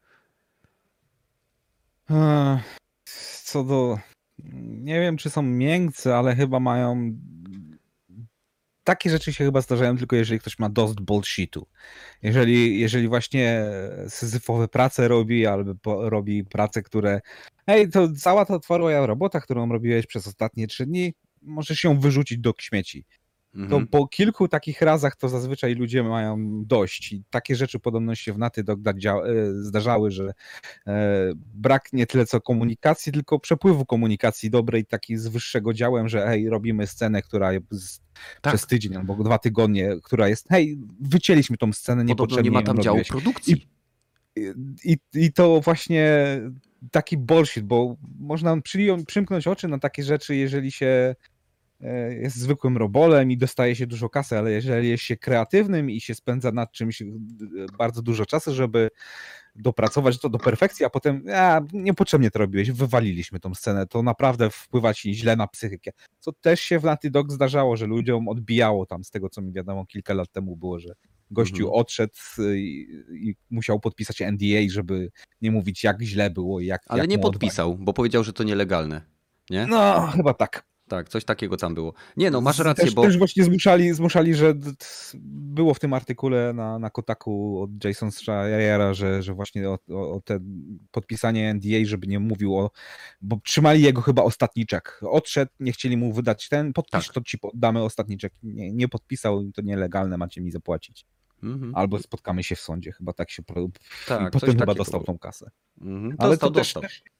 Co do... Nie wiem, czy są miękcy, ale chyba mają... Takie rzeczy się chyba zdarzają tylko jeżeli ktoś ma dost bullshitu. Jeżeli właśnie syzyfowe prace robi, albo robi prace, które... Hej, to cała ta twoja robota, którą robiłeś przez ostatnie 3 dni, możesz ją wyrzucić do śmieci. To po kilku takich razach to zazwyczaj ludzie mają dość. I takie rzeczy podobno się w Naughty Dog zdarzały, że brak nie tyle co komunikacji, tylko przepływu komunikacji dobrej, takiej z wyższego działem, że hej, robimy scenę, która jest przez tydzień albo 2 tygodnie, która jest, hej, wycięliśmy tą scenę, niepotrzebnie nie ma tam działu robiłeś. produkcji. I to właśnie taki bullshit, bo można przymknąć oczy na takie rzeczy, jeżeli się jest zwykłym robolem i dostaje się dużo kasy, ale jeżeli jest się kreatywnym i się spędza nad czymś bardzo dużo czasu, żeby dopracować to do perfekcji, a potem niepotrzebnie to robiłeś, wywaliliśmy tą scenę, to naprawdę wpływa ci źle na psychikę. Co też się w Naughty Dog zdarzało, że ludziom odbijało tam z tego, co mi wiadomo kilka lat temu było, że gościu odszedł i musiał podpisać NDA, żeby nie mówić jak źle było i jak Ale nie mu podpisał, bo powiedział, że to nielegalne. Nie? No, chyba tak. Tak, coś takiego tam było. Nie no, masz rację, bo... Też właśnie zmuszali, że było w tym artykule na Kotaku od Jason Schreiera, że właśnie o te podpisanie NDA, żeby nie mówił bo trzymali jego chyba ostatni czek. Odszedł, nie chcieli mu wydać podpisz, to ci poddamy ostatni czek. Nie podpisał, to nielegalne, macie mi zapłacić. Albo spotkamy się w sądzie, chyba tak się... Tak, i potem chyba dostał tą kasę. Ale to dostał.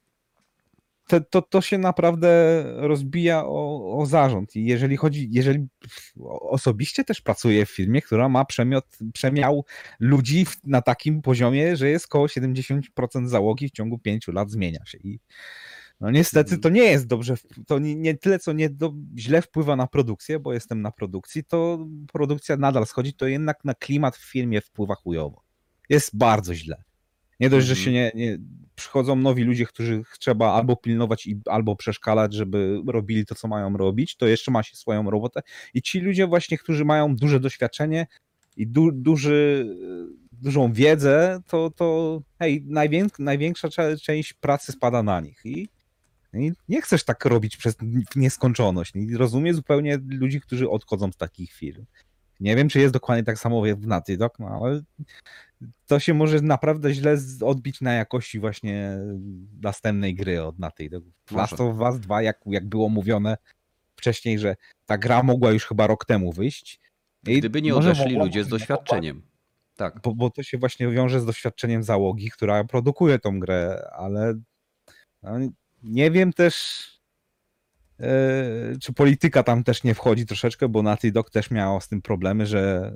To się naprawdę rozbija o zarząd. I jeżeli osobiście też pracuję w firmie, która ma przemiał ludzi na takim poziomie, że jest około 70% załogi w ciągu 5 lat zmienia się. I No niestety Mhm. to nie jest dobrze, to nie tyle, co źle wpływa na produkcję, bo jestem na produkcji, to produkcja nadal schodzi, to jednak na klimat w filmie wpływa chujowo. Jest bardzo źle. Nie dość, że się nie przychodzą nowi ludzie, których trzeba albo pilnować, albo przeszkalać, żeby robili to, co mają robić, to jeszcze ma się swoją robotę. I ci ludzie właśnie, którzy mają duże doświadczenie i dużą wiedzę, to hej, największa część pracy spada na nich. I nie chcesz tak robić w nieskończoność. I rozumiem zupełnie ludzi, którzy odchodzą z takich firm. Nie wiem, czy jest dokładnie tak samo w Naughty Dog, no ale to się może naprawdę źle odbić na jakości właśnie następnej gry od Naughty Dog. Last of Us 2, jak było mówione wcześniej, że ta gra mogła już chyba rok temu wyjść. I Gdyby nie może odeszli mogła, ludzie z może nie doświadczeniem. Tak. bo to się właśnie wiąże z doświadczeniem załogi, która produkuje tą grę, ale no, nie wiem też, czy polityka tam też nie wchodzi troszeczkę, bo Naughty Dog też miało z tym problemy, że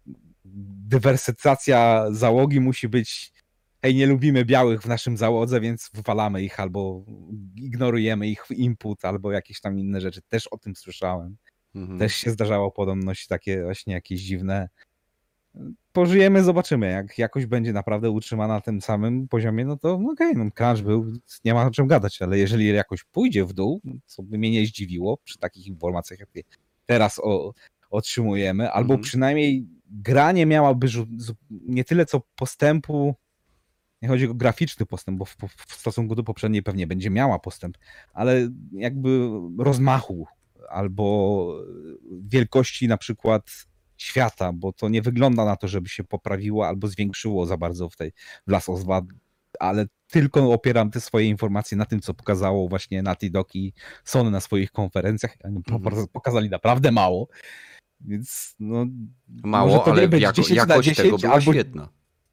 dywersyfikacja załogi musi być hej, nie lubimy białych w naszym załodze, więc wywalamy ich albo ignorujemy ich input, albo jakieś tam inne rzeczy. Też o tym słyszałem. Też się zdarzało podobność takie właśnie jakieś dziwne. Pożyjemy, zobaczymy. Jak jakoś będzie naprawdę utrzymana na tym samym poziomie, no to okej, no crunch był, nie ma o czym gadać, ale jeżeli jakoś pójdzie w dół, co by mnie nie zdziwiło przy takich informacjach, jakie teraz otrzymujemy, albo przynajmniej gra nie miałaby nie tyle co postępu, nie chodzi o graficzny postęp, bo w stosunku do poprzedniej pewnie będzie miała postęp, ale jakby rozmachu albo wielkości na przykład świata, bo to nie wygląda na to, żeby się poprawiło albo zwiększyło za bardzo w Last of Us 2, ale tylko opieram te swoje informacje na tym, co pokazało właśnie Naughty Dog i Sony na swoich konferencjach. Oni pokazali naprawdę mało, więc no, Mało, może to ale nie być 10 na jakość 10, tego była albo świetna.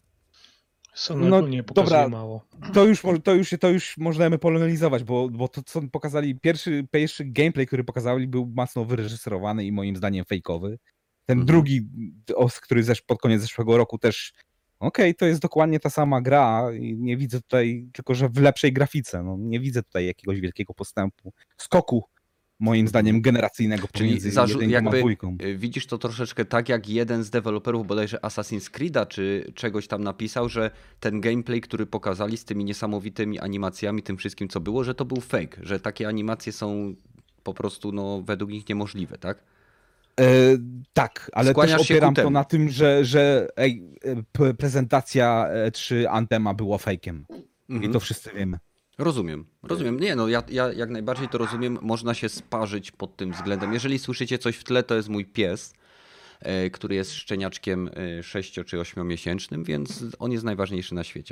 Sony no ogólnie pokazuje dobra, mało. to już możemy polemizować, bo to, co pokazali, pierwszy gameplay, który pokazali, był mocno wyreżyserowany i moim zdaniem fejkowy. Ten drugi, który pod koniec zeszłego roku też, okej, to jest dokładnie ta sama gra i nie widzę tutaj, tylko że w lepszej grafice, no, nie widzę tutaj jakiegoś wielkiego postępu, skoku, moim zdaniem, generacyjnego pomiędzy jedynką a dwójką. Widzisz to troszeczkę tak, jak jeden z deweloperów bodajże Assassin's Creed'a czy czegoś tam napisał, że ten gameplay, który pokazali z tymi niesamowitymi animacjami, tym wszystkim, co było, że to był fake, że takie animacje są po prostu no, według nich niemożliwe, tak? Tak, ale Skłaniasz też się opieram ku temu. to na tym, że prezentacja 3 Anthema była fejkiem. I to wszyscy wiemy. Rozumiem. Nie, no ja jak najbardziej to rozumiem. Można się sparzyć pod tym względem. Jeżeli słyszycie coś w tle, to jest mój pies, który jest szczeniaczkiem 6 czy 8-miesięcznym, więc on jest najważniejszy na świecie.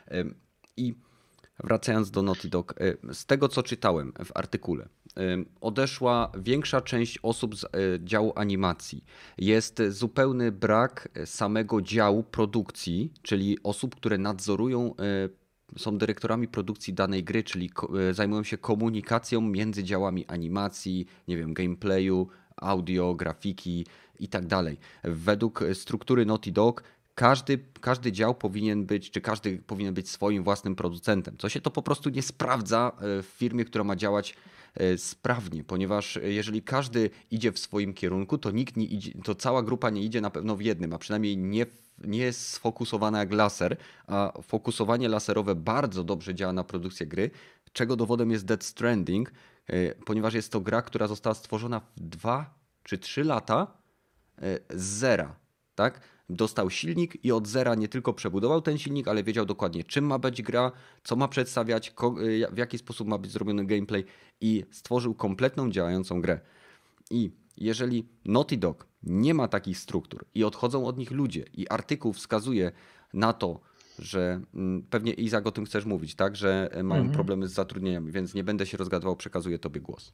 I wracając do Naughty Dog, z tego co czytałem w artykule, odeszła większa część osób z działu animacji. Jest zupełny brak samego działu produkcji, czyli osób, które nadzorują, są dyrektorami produkcji danej gry, czyli zajmują się komunikacją między działami animacji, nie wiem, gameplayu, audio, grafiki i tak dalej. Według struktury Naughty Dog każdy dział powinien być, czy każdy powinien być swoim własnym producentem. Co się to po prostu nie sprawdza w firmie, która ma działać sprawnie, ponieważ jeżeli każdy idzie w swoim kierunku, to nikt nie idzie, to cała grupa nie idzie na pewno w jednym, a przynajmniej nie jest sfokusowana jak laser, a fokusowanie laserowe bardzo dobrze działa na produkcję gry, czego dowodem jest Death Stranding, ponieważ jest to gra, która została stworzona w 2 czy 3 lata z zera, tak? Dostał silnik i od zera nie tylko przebudował ten silnik, ale wiedział dokładnie, czym ma być gra, co ma przedstawiać, w jaki sposób ma być zrobiony gameplay i stworzył kompletną działającą grę. I jeżeli Naughty Dog nie ma takich struktur i odchodzą od nich ludzie i artykuł wskazuje na to, że pewnie Izak o tym chcesz mówić, tak, że mają problemy z zatrudnieniami, więc nie będę się rozgadywał, przekazuję tobie głos.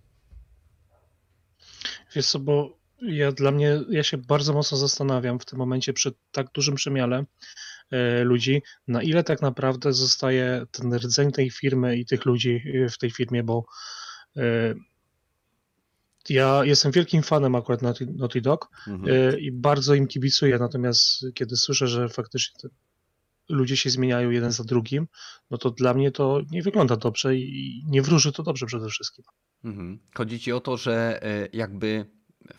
Wiesz co, bo ja się bardzo mocno zastanawiam w tym momencie przy tak dużym przemiale ludzi, na ile tak naprawdę zostaje ten rdzeń tej firmy i tych ludzi w tej firmie, bo ja jestem wielkim fanem akurat Naughty Dog i bardzo im kibicuję, natomiast kiedy słyszę, że faktycznie ludzie się zmieniają jeden za drugim, no to dla mnie to nie wygląda dobrze i nie wróży to dobrze przede wszystkim. Chodzi ci o to, że jakby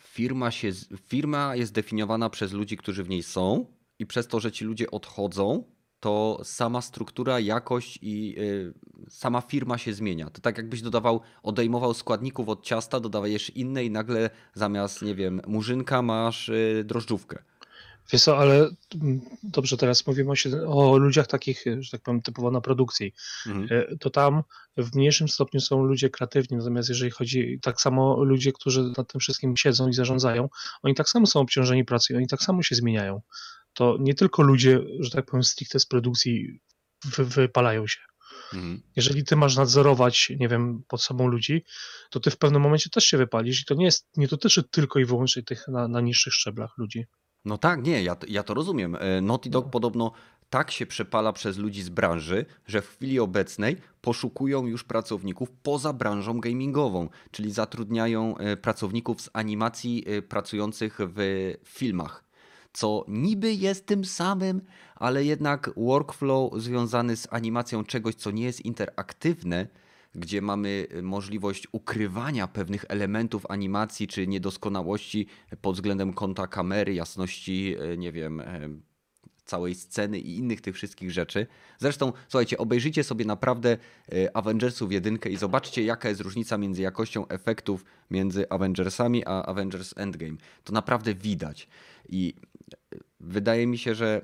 firma jest definiowana przez ludzi, którzy w niej są i przez to, że ci ludzie odchodzą, to sama struktura, jakość i sama firma się zmienia. To tak jakbyś odejmował składników od ciasta, dodawajesz inne i nagle zamiast, nie wiem, murzynka masz drożdżówkę. Wiesz co, ale dobrze, teraz mówimy o ludziach takich, że tak powiem, typowo na produkcji. To tam w mniejszym stopniu są ludzie kreatywni, natomiast jeżeli chodzi tak samo ludzie, którzy nad tym wszystkim siedzą i zarządzają, oni tak samo są obciążeni pracą i oni tak samo się zmieniają. To nie tylko ludzie, że tak powiem, stricte z produkcji wypalają się. Jeżeli ty masz nadzorować, nie wiem, pod sobą ludzi, to ty w pewnym momencie też się wypalisz i to nie dotyczy tylko i wyłącznie tych na niższych szczeblach ludzi. No tak, nie, ja to rozumiem. Naughty Dog podobno tak się przepala przez ludzi z branży, że w chwili obecnej poszukują już pracowników poza branżą gamingową, czyli zatrudniają pracowników z animacji pracujących w filmach. Co niby jest tym samym, ale jednak workflow związany z animacją czegoś, co nie jest interaktywne, gdzie mamy możliwość ukrywania pewnych elementów animacji czy niedoskonałości pod względem kąta kamery, jasności, nie wiem, całej sceny i innych tych wszystkich rzeczy. Zresztą, słuchajcie, obejrzyjcie sobie naprawdę Avengersów 1 i zobaczcie, jaka jest różnica między jakością efektów między Avengersami a Avengers Endgame. To naprawdę widać. I wydaje mi się, że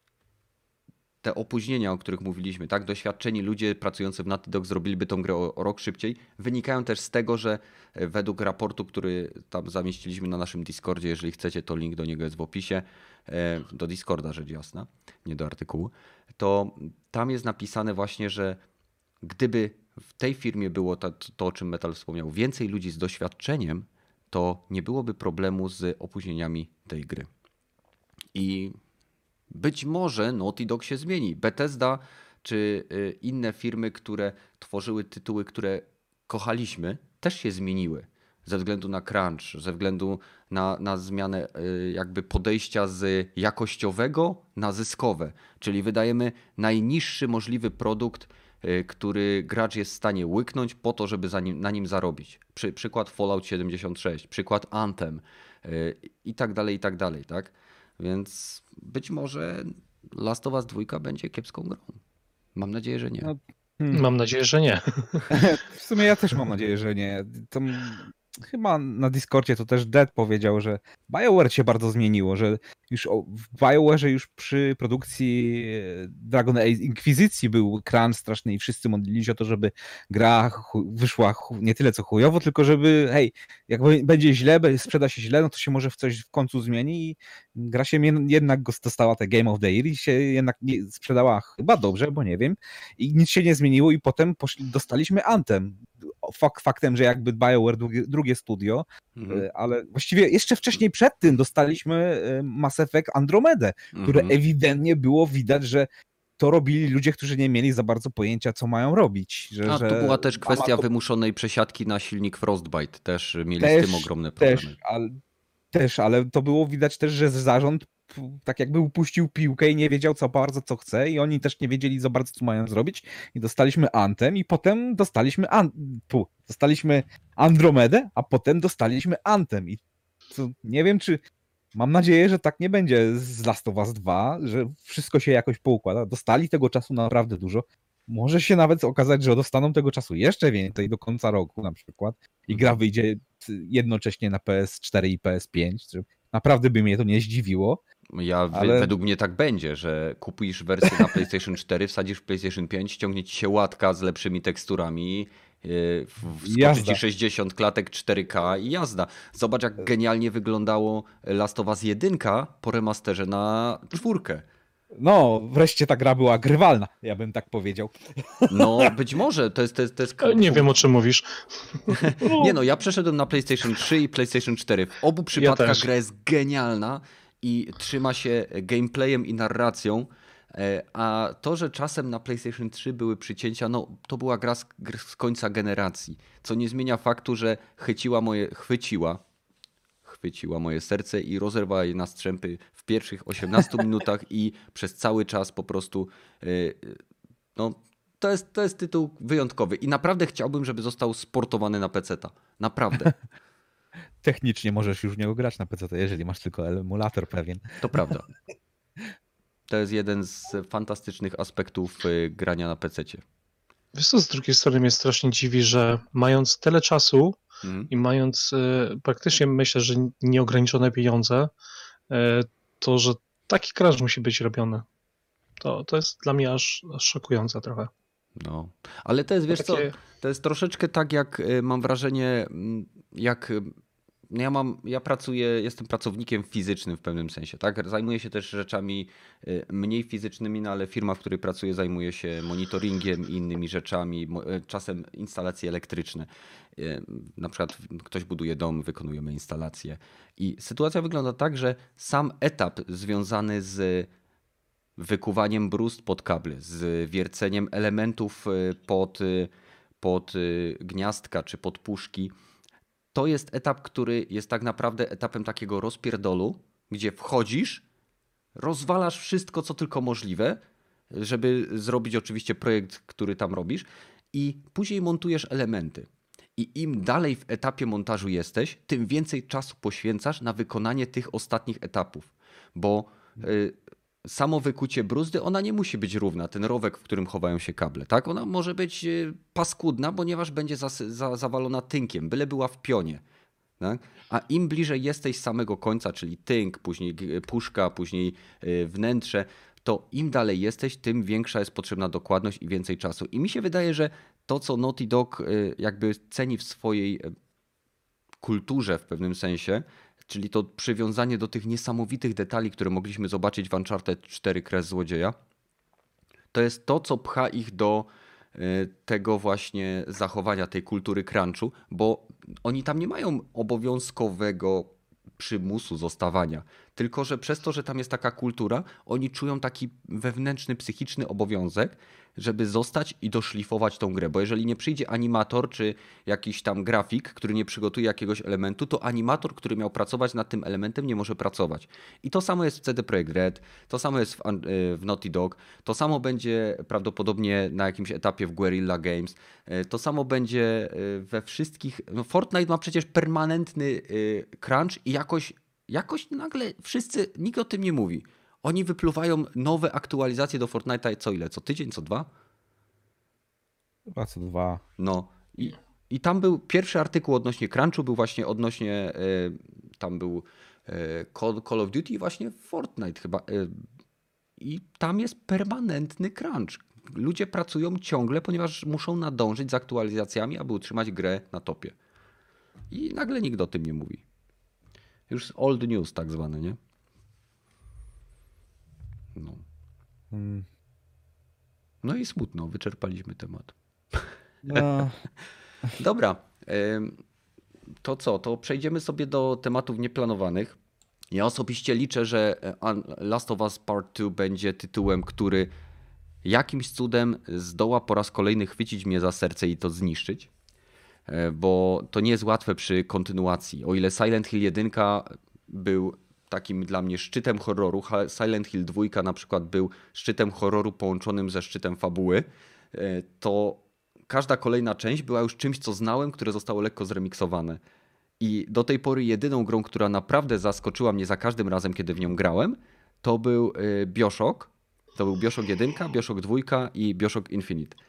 te opóźnienia, o których mówiliśmy, tak, doświadczeni ludzie pracujący w Naughty Dog zrobiliby tą grę o rok szybciej, wynikają też z tego, że według raportu, który tam zamieściliśmy na naszym Discordzie, jeżeli chcecie, to link do niego jest w opisie, do Discorda rzecz jasna, nie do artykułu, to tam jest napisane właśnie, że gdyby w tej firmie było to, o czym Metal wspomniał, więcej ludzi z doświadczeniem, to nie byłoby problemu z opóźnieniami tej gry. I być może Naughty Dog się zmieni. Bethesda czy inne firmy, które tworzyły tytuły, które kochaliśmy, też się zmieniły. Ze względu na crunch, ze względu na zmianę jakby podejścia z jakościowego na zyskowe. Czyli wydajemy najniższy możliwy produkt, który gracz jest w stanie łyknąć po to, żeby na nim zarobić. Przykład Fallout 76, przykład Anthem i tak dalej, tak? Więc być może Last of Us 2 będzie kiepską grą. Mam nadzieję, że nie. No, Mam nadzieję, że nie. W sumie ja też mam nadzieję, że nie. Chyba na Discordzie to też Dead powiedział, że BioWare się bardzo zmieniło, że już w BioWare'ze już przy produkcji Dragon Age Inkwizycji był crunch straszny i wszyscy modlili się o to, żeby gra wyszła nie tyle co chujowo, tylko żeby hej, jak będzie źle, sprzeda się źle, no to się może w coś w końcu zmieni i gra się jednak dostała te Game of the Year i się jednak sprzedała chyba dobrze, bo nie wiem, i nic się nie zmieniło i potem dostaliśmy Anthem. Faktem, że jakby BioWare drugie studio, ale właściwie jeszcze wcześniej przed tym dostaliśmy Mass Effect Andromedę, które ewidentnie było widać, że to robili ludzie, którzy nie mieli za bardzo pojęcia, co mają robić. To była też kwestia wymuszonej przesiadki na silnik Frostbite. Też mieli z tym ogromne problemy. Ale to było widać też, że zarząd tak jakby upuścił piłkę i nie wiedział bardzo co chce i oni też nie wiedzieli za bardzo co mają zrobić i dostaliśmy Anthem i potem dostaliśmy Andromedę, a potem dostaliśmy Anthem i nie wiem mam nadzieję, że tak nie będzie z Last of Us 2, że wszystko się jakoś poukłada. Dostali tego czasu naprawdę dużo. Może się nawet okazać, że dostaną tego czasu jeszcze więcej do końca roku na przykład i gra wyjdzie jednocześnie na PS4 i PS5. Naprawdę by mnie to nie zdziwiło. Według mnie tak będzie, że kupisz wersję na PlayStation 4, wsadzisz w PlayStation 5, ściągnie ci się łatka z lepszymi teksturami, wskoczy ci 60 klatek 4K i jazda. Zobacz, jak genialnie wyglądało Last of Us 1 po remasterze na 4. No, wreszcie ta gra była grywalna, ja bym tak powiedział. No, być może. To jest Nie wiem, o czym mówisz. Nie no, ja przeszedłem na PlayStation 3 i PlayStation 4. W obu przypadkach gra jest genialna i trzyma się gameplayem i narracją, a to, że czasem na PlayStation 3 były przycięcia, no to była gra z końca generacji, co nie zmienia faktu, że chwyciła moje serce i rozerwała je na strzępy w pierwszych 18 minutach i przez cały czas po prostu no, to jest tytuł wyjątkowy i naprawdę chciałbym, żeby został sportowany na PC-ta. Naprawdę, Technicznie możesz już w niego grać na PC, jeżeli masz tylko emulator pewien. to prawda. To jest jeden z fantastycznych aspektów grania na PC-cie. Wiesz co, z drugiej strony mnie strasznie dziwi, że mając tyle czasu Mhm. i mając praktycznie myślę, że nieograniczone pieniądze, to że taki crunch musi być robiony. To jest dla mnie aż szokujące trochę. No, ale to jest, wiesz co, Takie- to jest troszeczkę tak, jak mam wrażenie, jak ja pracuję, jestem pracownikiem fizycznym w pewnym sensie, tak? Zajmuję się też rzeczami mniej fizycznymi, no ale firma, w której pracuję, zajmuje się monitoringiem i innymi rzeczami, czasem instalacje elektryczne. Na przykład ktoś buduje dom, wykonujemy instalacje. I sytuacja wygląda tak, że sam etap związany z wykuwaniem bruzd pod kable, z wierceniem elementów pod gniazdka czy pod puszki. To jest etap, który jest tak naprawdę etapem takiego rozpierdolu, gdzie wchodzisz, rozwalasz wszystko, co tylko możliwe, żeby zrobić oczywiście projekt, który tam robisz i później montujesz elementy. I im dalej w etapie montażu jesteś, tym więcej czasu poświęcasz na wykonanie tych ostatnich etapów, bo samo wykucie bruzdy, ona nie musi być równa, ten rowek, w którym chowają się kable, tak? Ona może być paskudna, ponieważ będzie zawalona tynkiem, byle była w pionie. Tak? A im bliżej jesteś samego końca, czyli tynk, później puszka, później wnętrze, to im dalej jesteś, tym większa jest potrzebna dokładność i więcej czasu. I mi się wydaje, że to, co Naughty Dog jakby ceni w swojej kulturze w pewnym sensie, czyli to przywiązanie do tych niesamowitych detali, które mogliśmy zobaczyć w Uncharted 4 Kres Złodzieja, to jest to, co pcha ich do tego właśnie zachowania tej kultury crunchu, bo oni tam nie mają obowiązkowego przymusu zostawania, tylko że przez to, że tam jest taka kultura, oni czują taki wewnętrzny, psychiczny obowiązek, żeby zostać i doszlifować tą grę, bo jeżeli nie przyjdzie animator czy jakiś tam grafik, który nie przygotuje jakiegoś elementu, to animator, który miał pracować nad tym elementem, nie może pracować. I to samo jest w CD Projekt Red, to samo jest w Naughty Dog, to samo będzie prawdopodobnie na jakimś etapie w Guerrilla Games, to samo będzie we wszystkich. No Fortnite ma przecież permanentny crunch i jakoś nagle nikt o tym nie mówi. Oni wypluwają nowe aktualizacje do Fortnite'a co ile? Co tydzień, co dwa? Chyba co 2. No i tam był pierwszy artykuł odnośnie crunchu, był właśnie odnośnie, tam był Call of Duty i właśnie Fortnite chyba. I tam jest permanentny crunch. Ludzie pracują ciągle, ponieważ muszą nadążyć z aktualizacjami, aby utrzymać grę na topie. I nagle nikt o tym nie mówi. Już old news tak zwane, nie? No. No i smutno, wyczerpaliśmy temat. No, Dobra, to co? To przejdziemy sobie do tematów nieplanowanych. Ja osobiście liczę, że Last of Us Part 2 będzie tytułem, który jakimś cudem zdoła po raz kolejny chwycić mnie za serce i to zniszczyć, bo to nie jest łatwe przy kontynuacji. O ile Silent Hill 1 był takim dla mnie szczytem horroru, Silent Hill 2 na przykład był szczytem horroru połączonym ze szczytem fabuły, to każda kolejna część była już czymś, co znałem, które zostało lekko zremiksowane. I do tej pory jedyną grą, która naprawdę zaskoczyła mnie za każdym razem, kiedy w nią grałem, to był BioShock. To był BioShock 1, BioShock 2 i BioShock Infinite.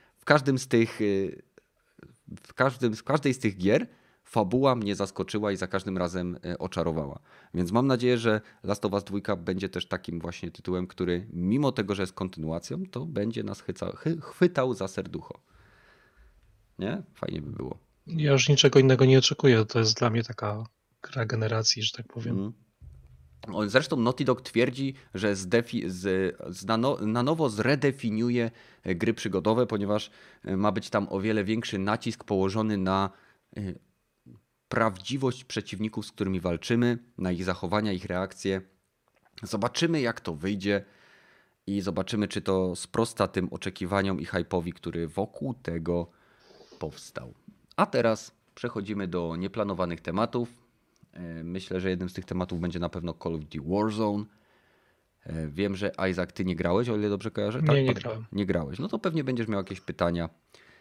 W każdej z tych gier fabuła mnie zaskoczyła i za każdym razem oczarowała. Więc mam nadzieję, że Last of Us 2 będzie też takim właśnie tytułem, który mimo tego, że jest kontynuacją, to będzie nas chwytał za serducho. Nie? Fajnie by było. Ja już niczego innego nie oczekuję. To jest dla mnie taka gra generacji, że tak powiem. Zresztą Naughty Dog twierdzi, że na nowo zredefiniuje gry przygodowe, ponieważ ma być tam o wiele większy nacisk położony na prawdziwość przeciwników, z którymi walczymy, na ich zachowania, ich reakcje. Zobaczymy, jak to wyjdzie i zobaczymy, czy to sprosta tym oczekiwaniom i hype'owi, który wokół tego powstał. A teraz przechodzimy do nieplanowanych tematów. Myślę, że jednym z tych tematów będzie na pewno Call of Duty Warzone. Wiem, że Isaac, ty nie grałeś, o ile dobrze kojarzę? Nie, nie Pan- grałem. Nie grałeś. No to pewnie będziesz miał jakieś pytania.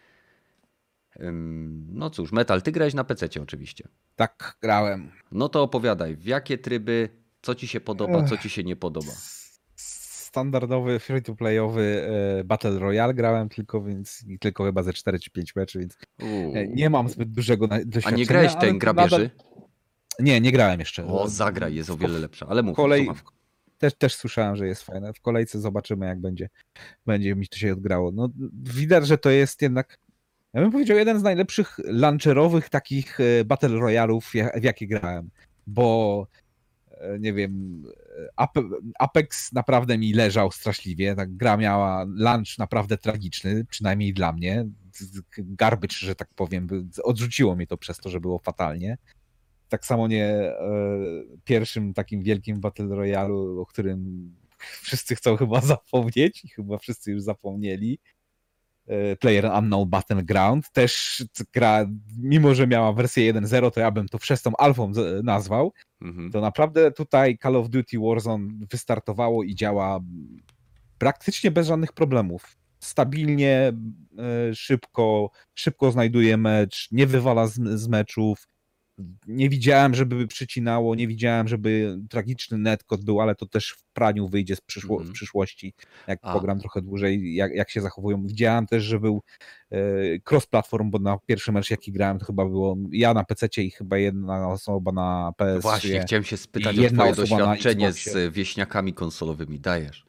No cóż, Metal, ty grałeś na PC-cie oczywiście. Tak, grałem. No to opowiadaj, w jakie tryby, co ci się podoba, co ci się nie podoba. Standardowy, free-to-playowy Battle Royale grałem tylko, więc i tylko chyba ze 4 czy 5 meczy, więc nie mam zbyt dużego A doświadczenia. nie grałeś ale ten to grabieży? Nie grałem jeszcze. O, zagraj, jest o wiele lepsza, ale mów, Kolej, słucham. też słyszałem, że jest fajne. W kolejce zobaczymy, jak będzie mi to się odgrało. No, widać, że to jest jednak, ja bym powiedział, jeden z najlepszych launcherowych takich Battle Royalów, w jakie grałem. Bo nie wiem, Apex naprawdę mi leżał straszliwie. Tak, gra miała launch naprawdę tragiczny, przynajmniej dla mnie. Garbage, że tak powiem, odrzuciło mnie to przez to, że było fatalnie. Tak samo nie pierwszym takim wielkim Battle Royalu, o którym wszyscy chcą chyba zapomnieć i chyba wszyscy już zapomnieli. PlayerUnknown Battleground. Też gra, mimo że miała wersję 1.0, to ja bym to przez tą alfą nazwał. Mhm. To naprawdę tutaj Call of Duty Warzone wystartowało i działa praktycznie bez żadnych problemów. Stabilnie, szybko znajduje mecz, nie wywala z meczów. Nie widziałem, żeby przycinało, nie widziałem, żeby tragiczny netcode był, ale to też w praniu wyjdzie w przyszłości, jak pogram trochę dłużej, jak się zachowują. Widziałem też, że był cross-platform, bo na pierwszy mecz, jaki grałem, to chyba było ja na PC-cie i chyba jedna osoba na PS3. No właśnie, chciałem się spytać i o jedna twoje osoba na doświadczenie Xboxie. z wieśniakami konsolowymi. Dajesz.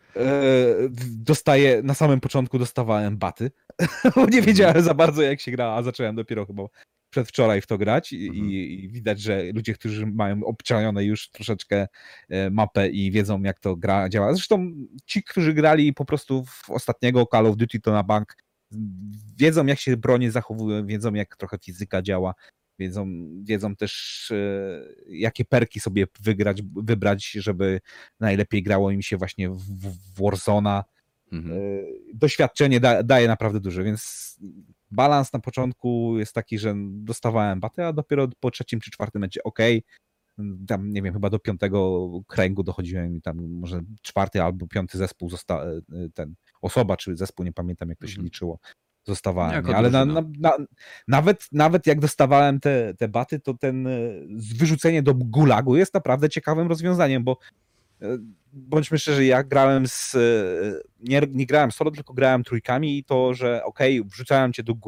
Na samym początku dostawałem baty, bo nie wiedziałem za bardzo, jak się gra, a zacząłem dopiero chyba przedwczoraj w to grać i widać, że ludzie, którzy mają obczajone już troszeczkę mapę i wiedzą, jak to gra działa. Zresztą ci, którzy grali po prostu w ostatniego Call of Duty, to na bank wiedzą, jak się bronie zachowują, wiedzą, jak trochę fizyka działa, wiedzą też, jakie perki sobie wybrać, żeby najlepiej grało im się właśnie w Warzona. Doświadczenie daje naprawdę dużo, więc balans na początku jest taki, że dostawałem batę, a dopiero po trzecim czy czwartym mecie tam nie wiem, chyba do 5. kręgu dochodziłem i tam może 4. albo 5. zespół osoba czy zespół, nie pamiętam, jak to się liczyło, zostawałem. Jako Ale drużyna. nawet jak dostawałem te baty, to wyrzucenie do gulagu jest naprawdę ciekawym rozwiązaniem, bo bądźmy szczerzy, ja grałem nie grałem solo, tylko grałem trójkami i to, że wrzucałem cię do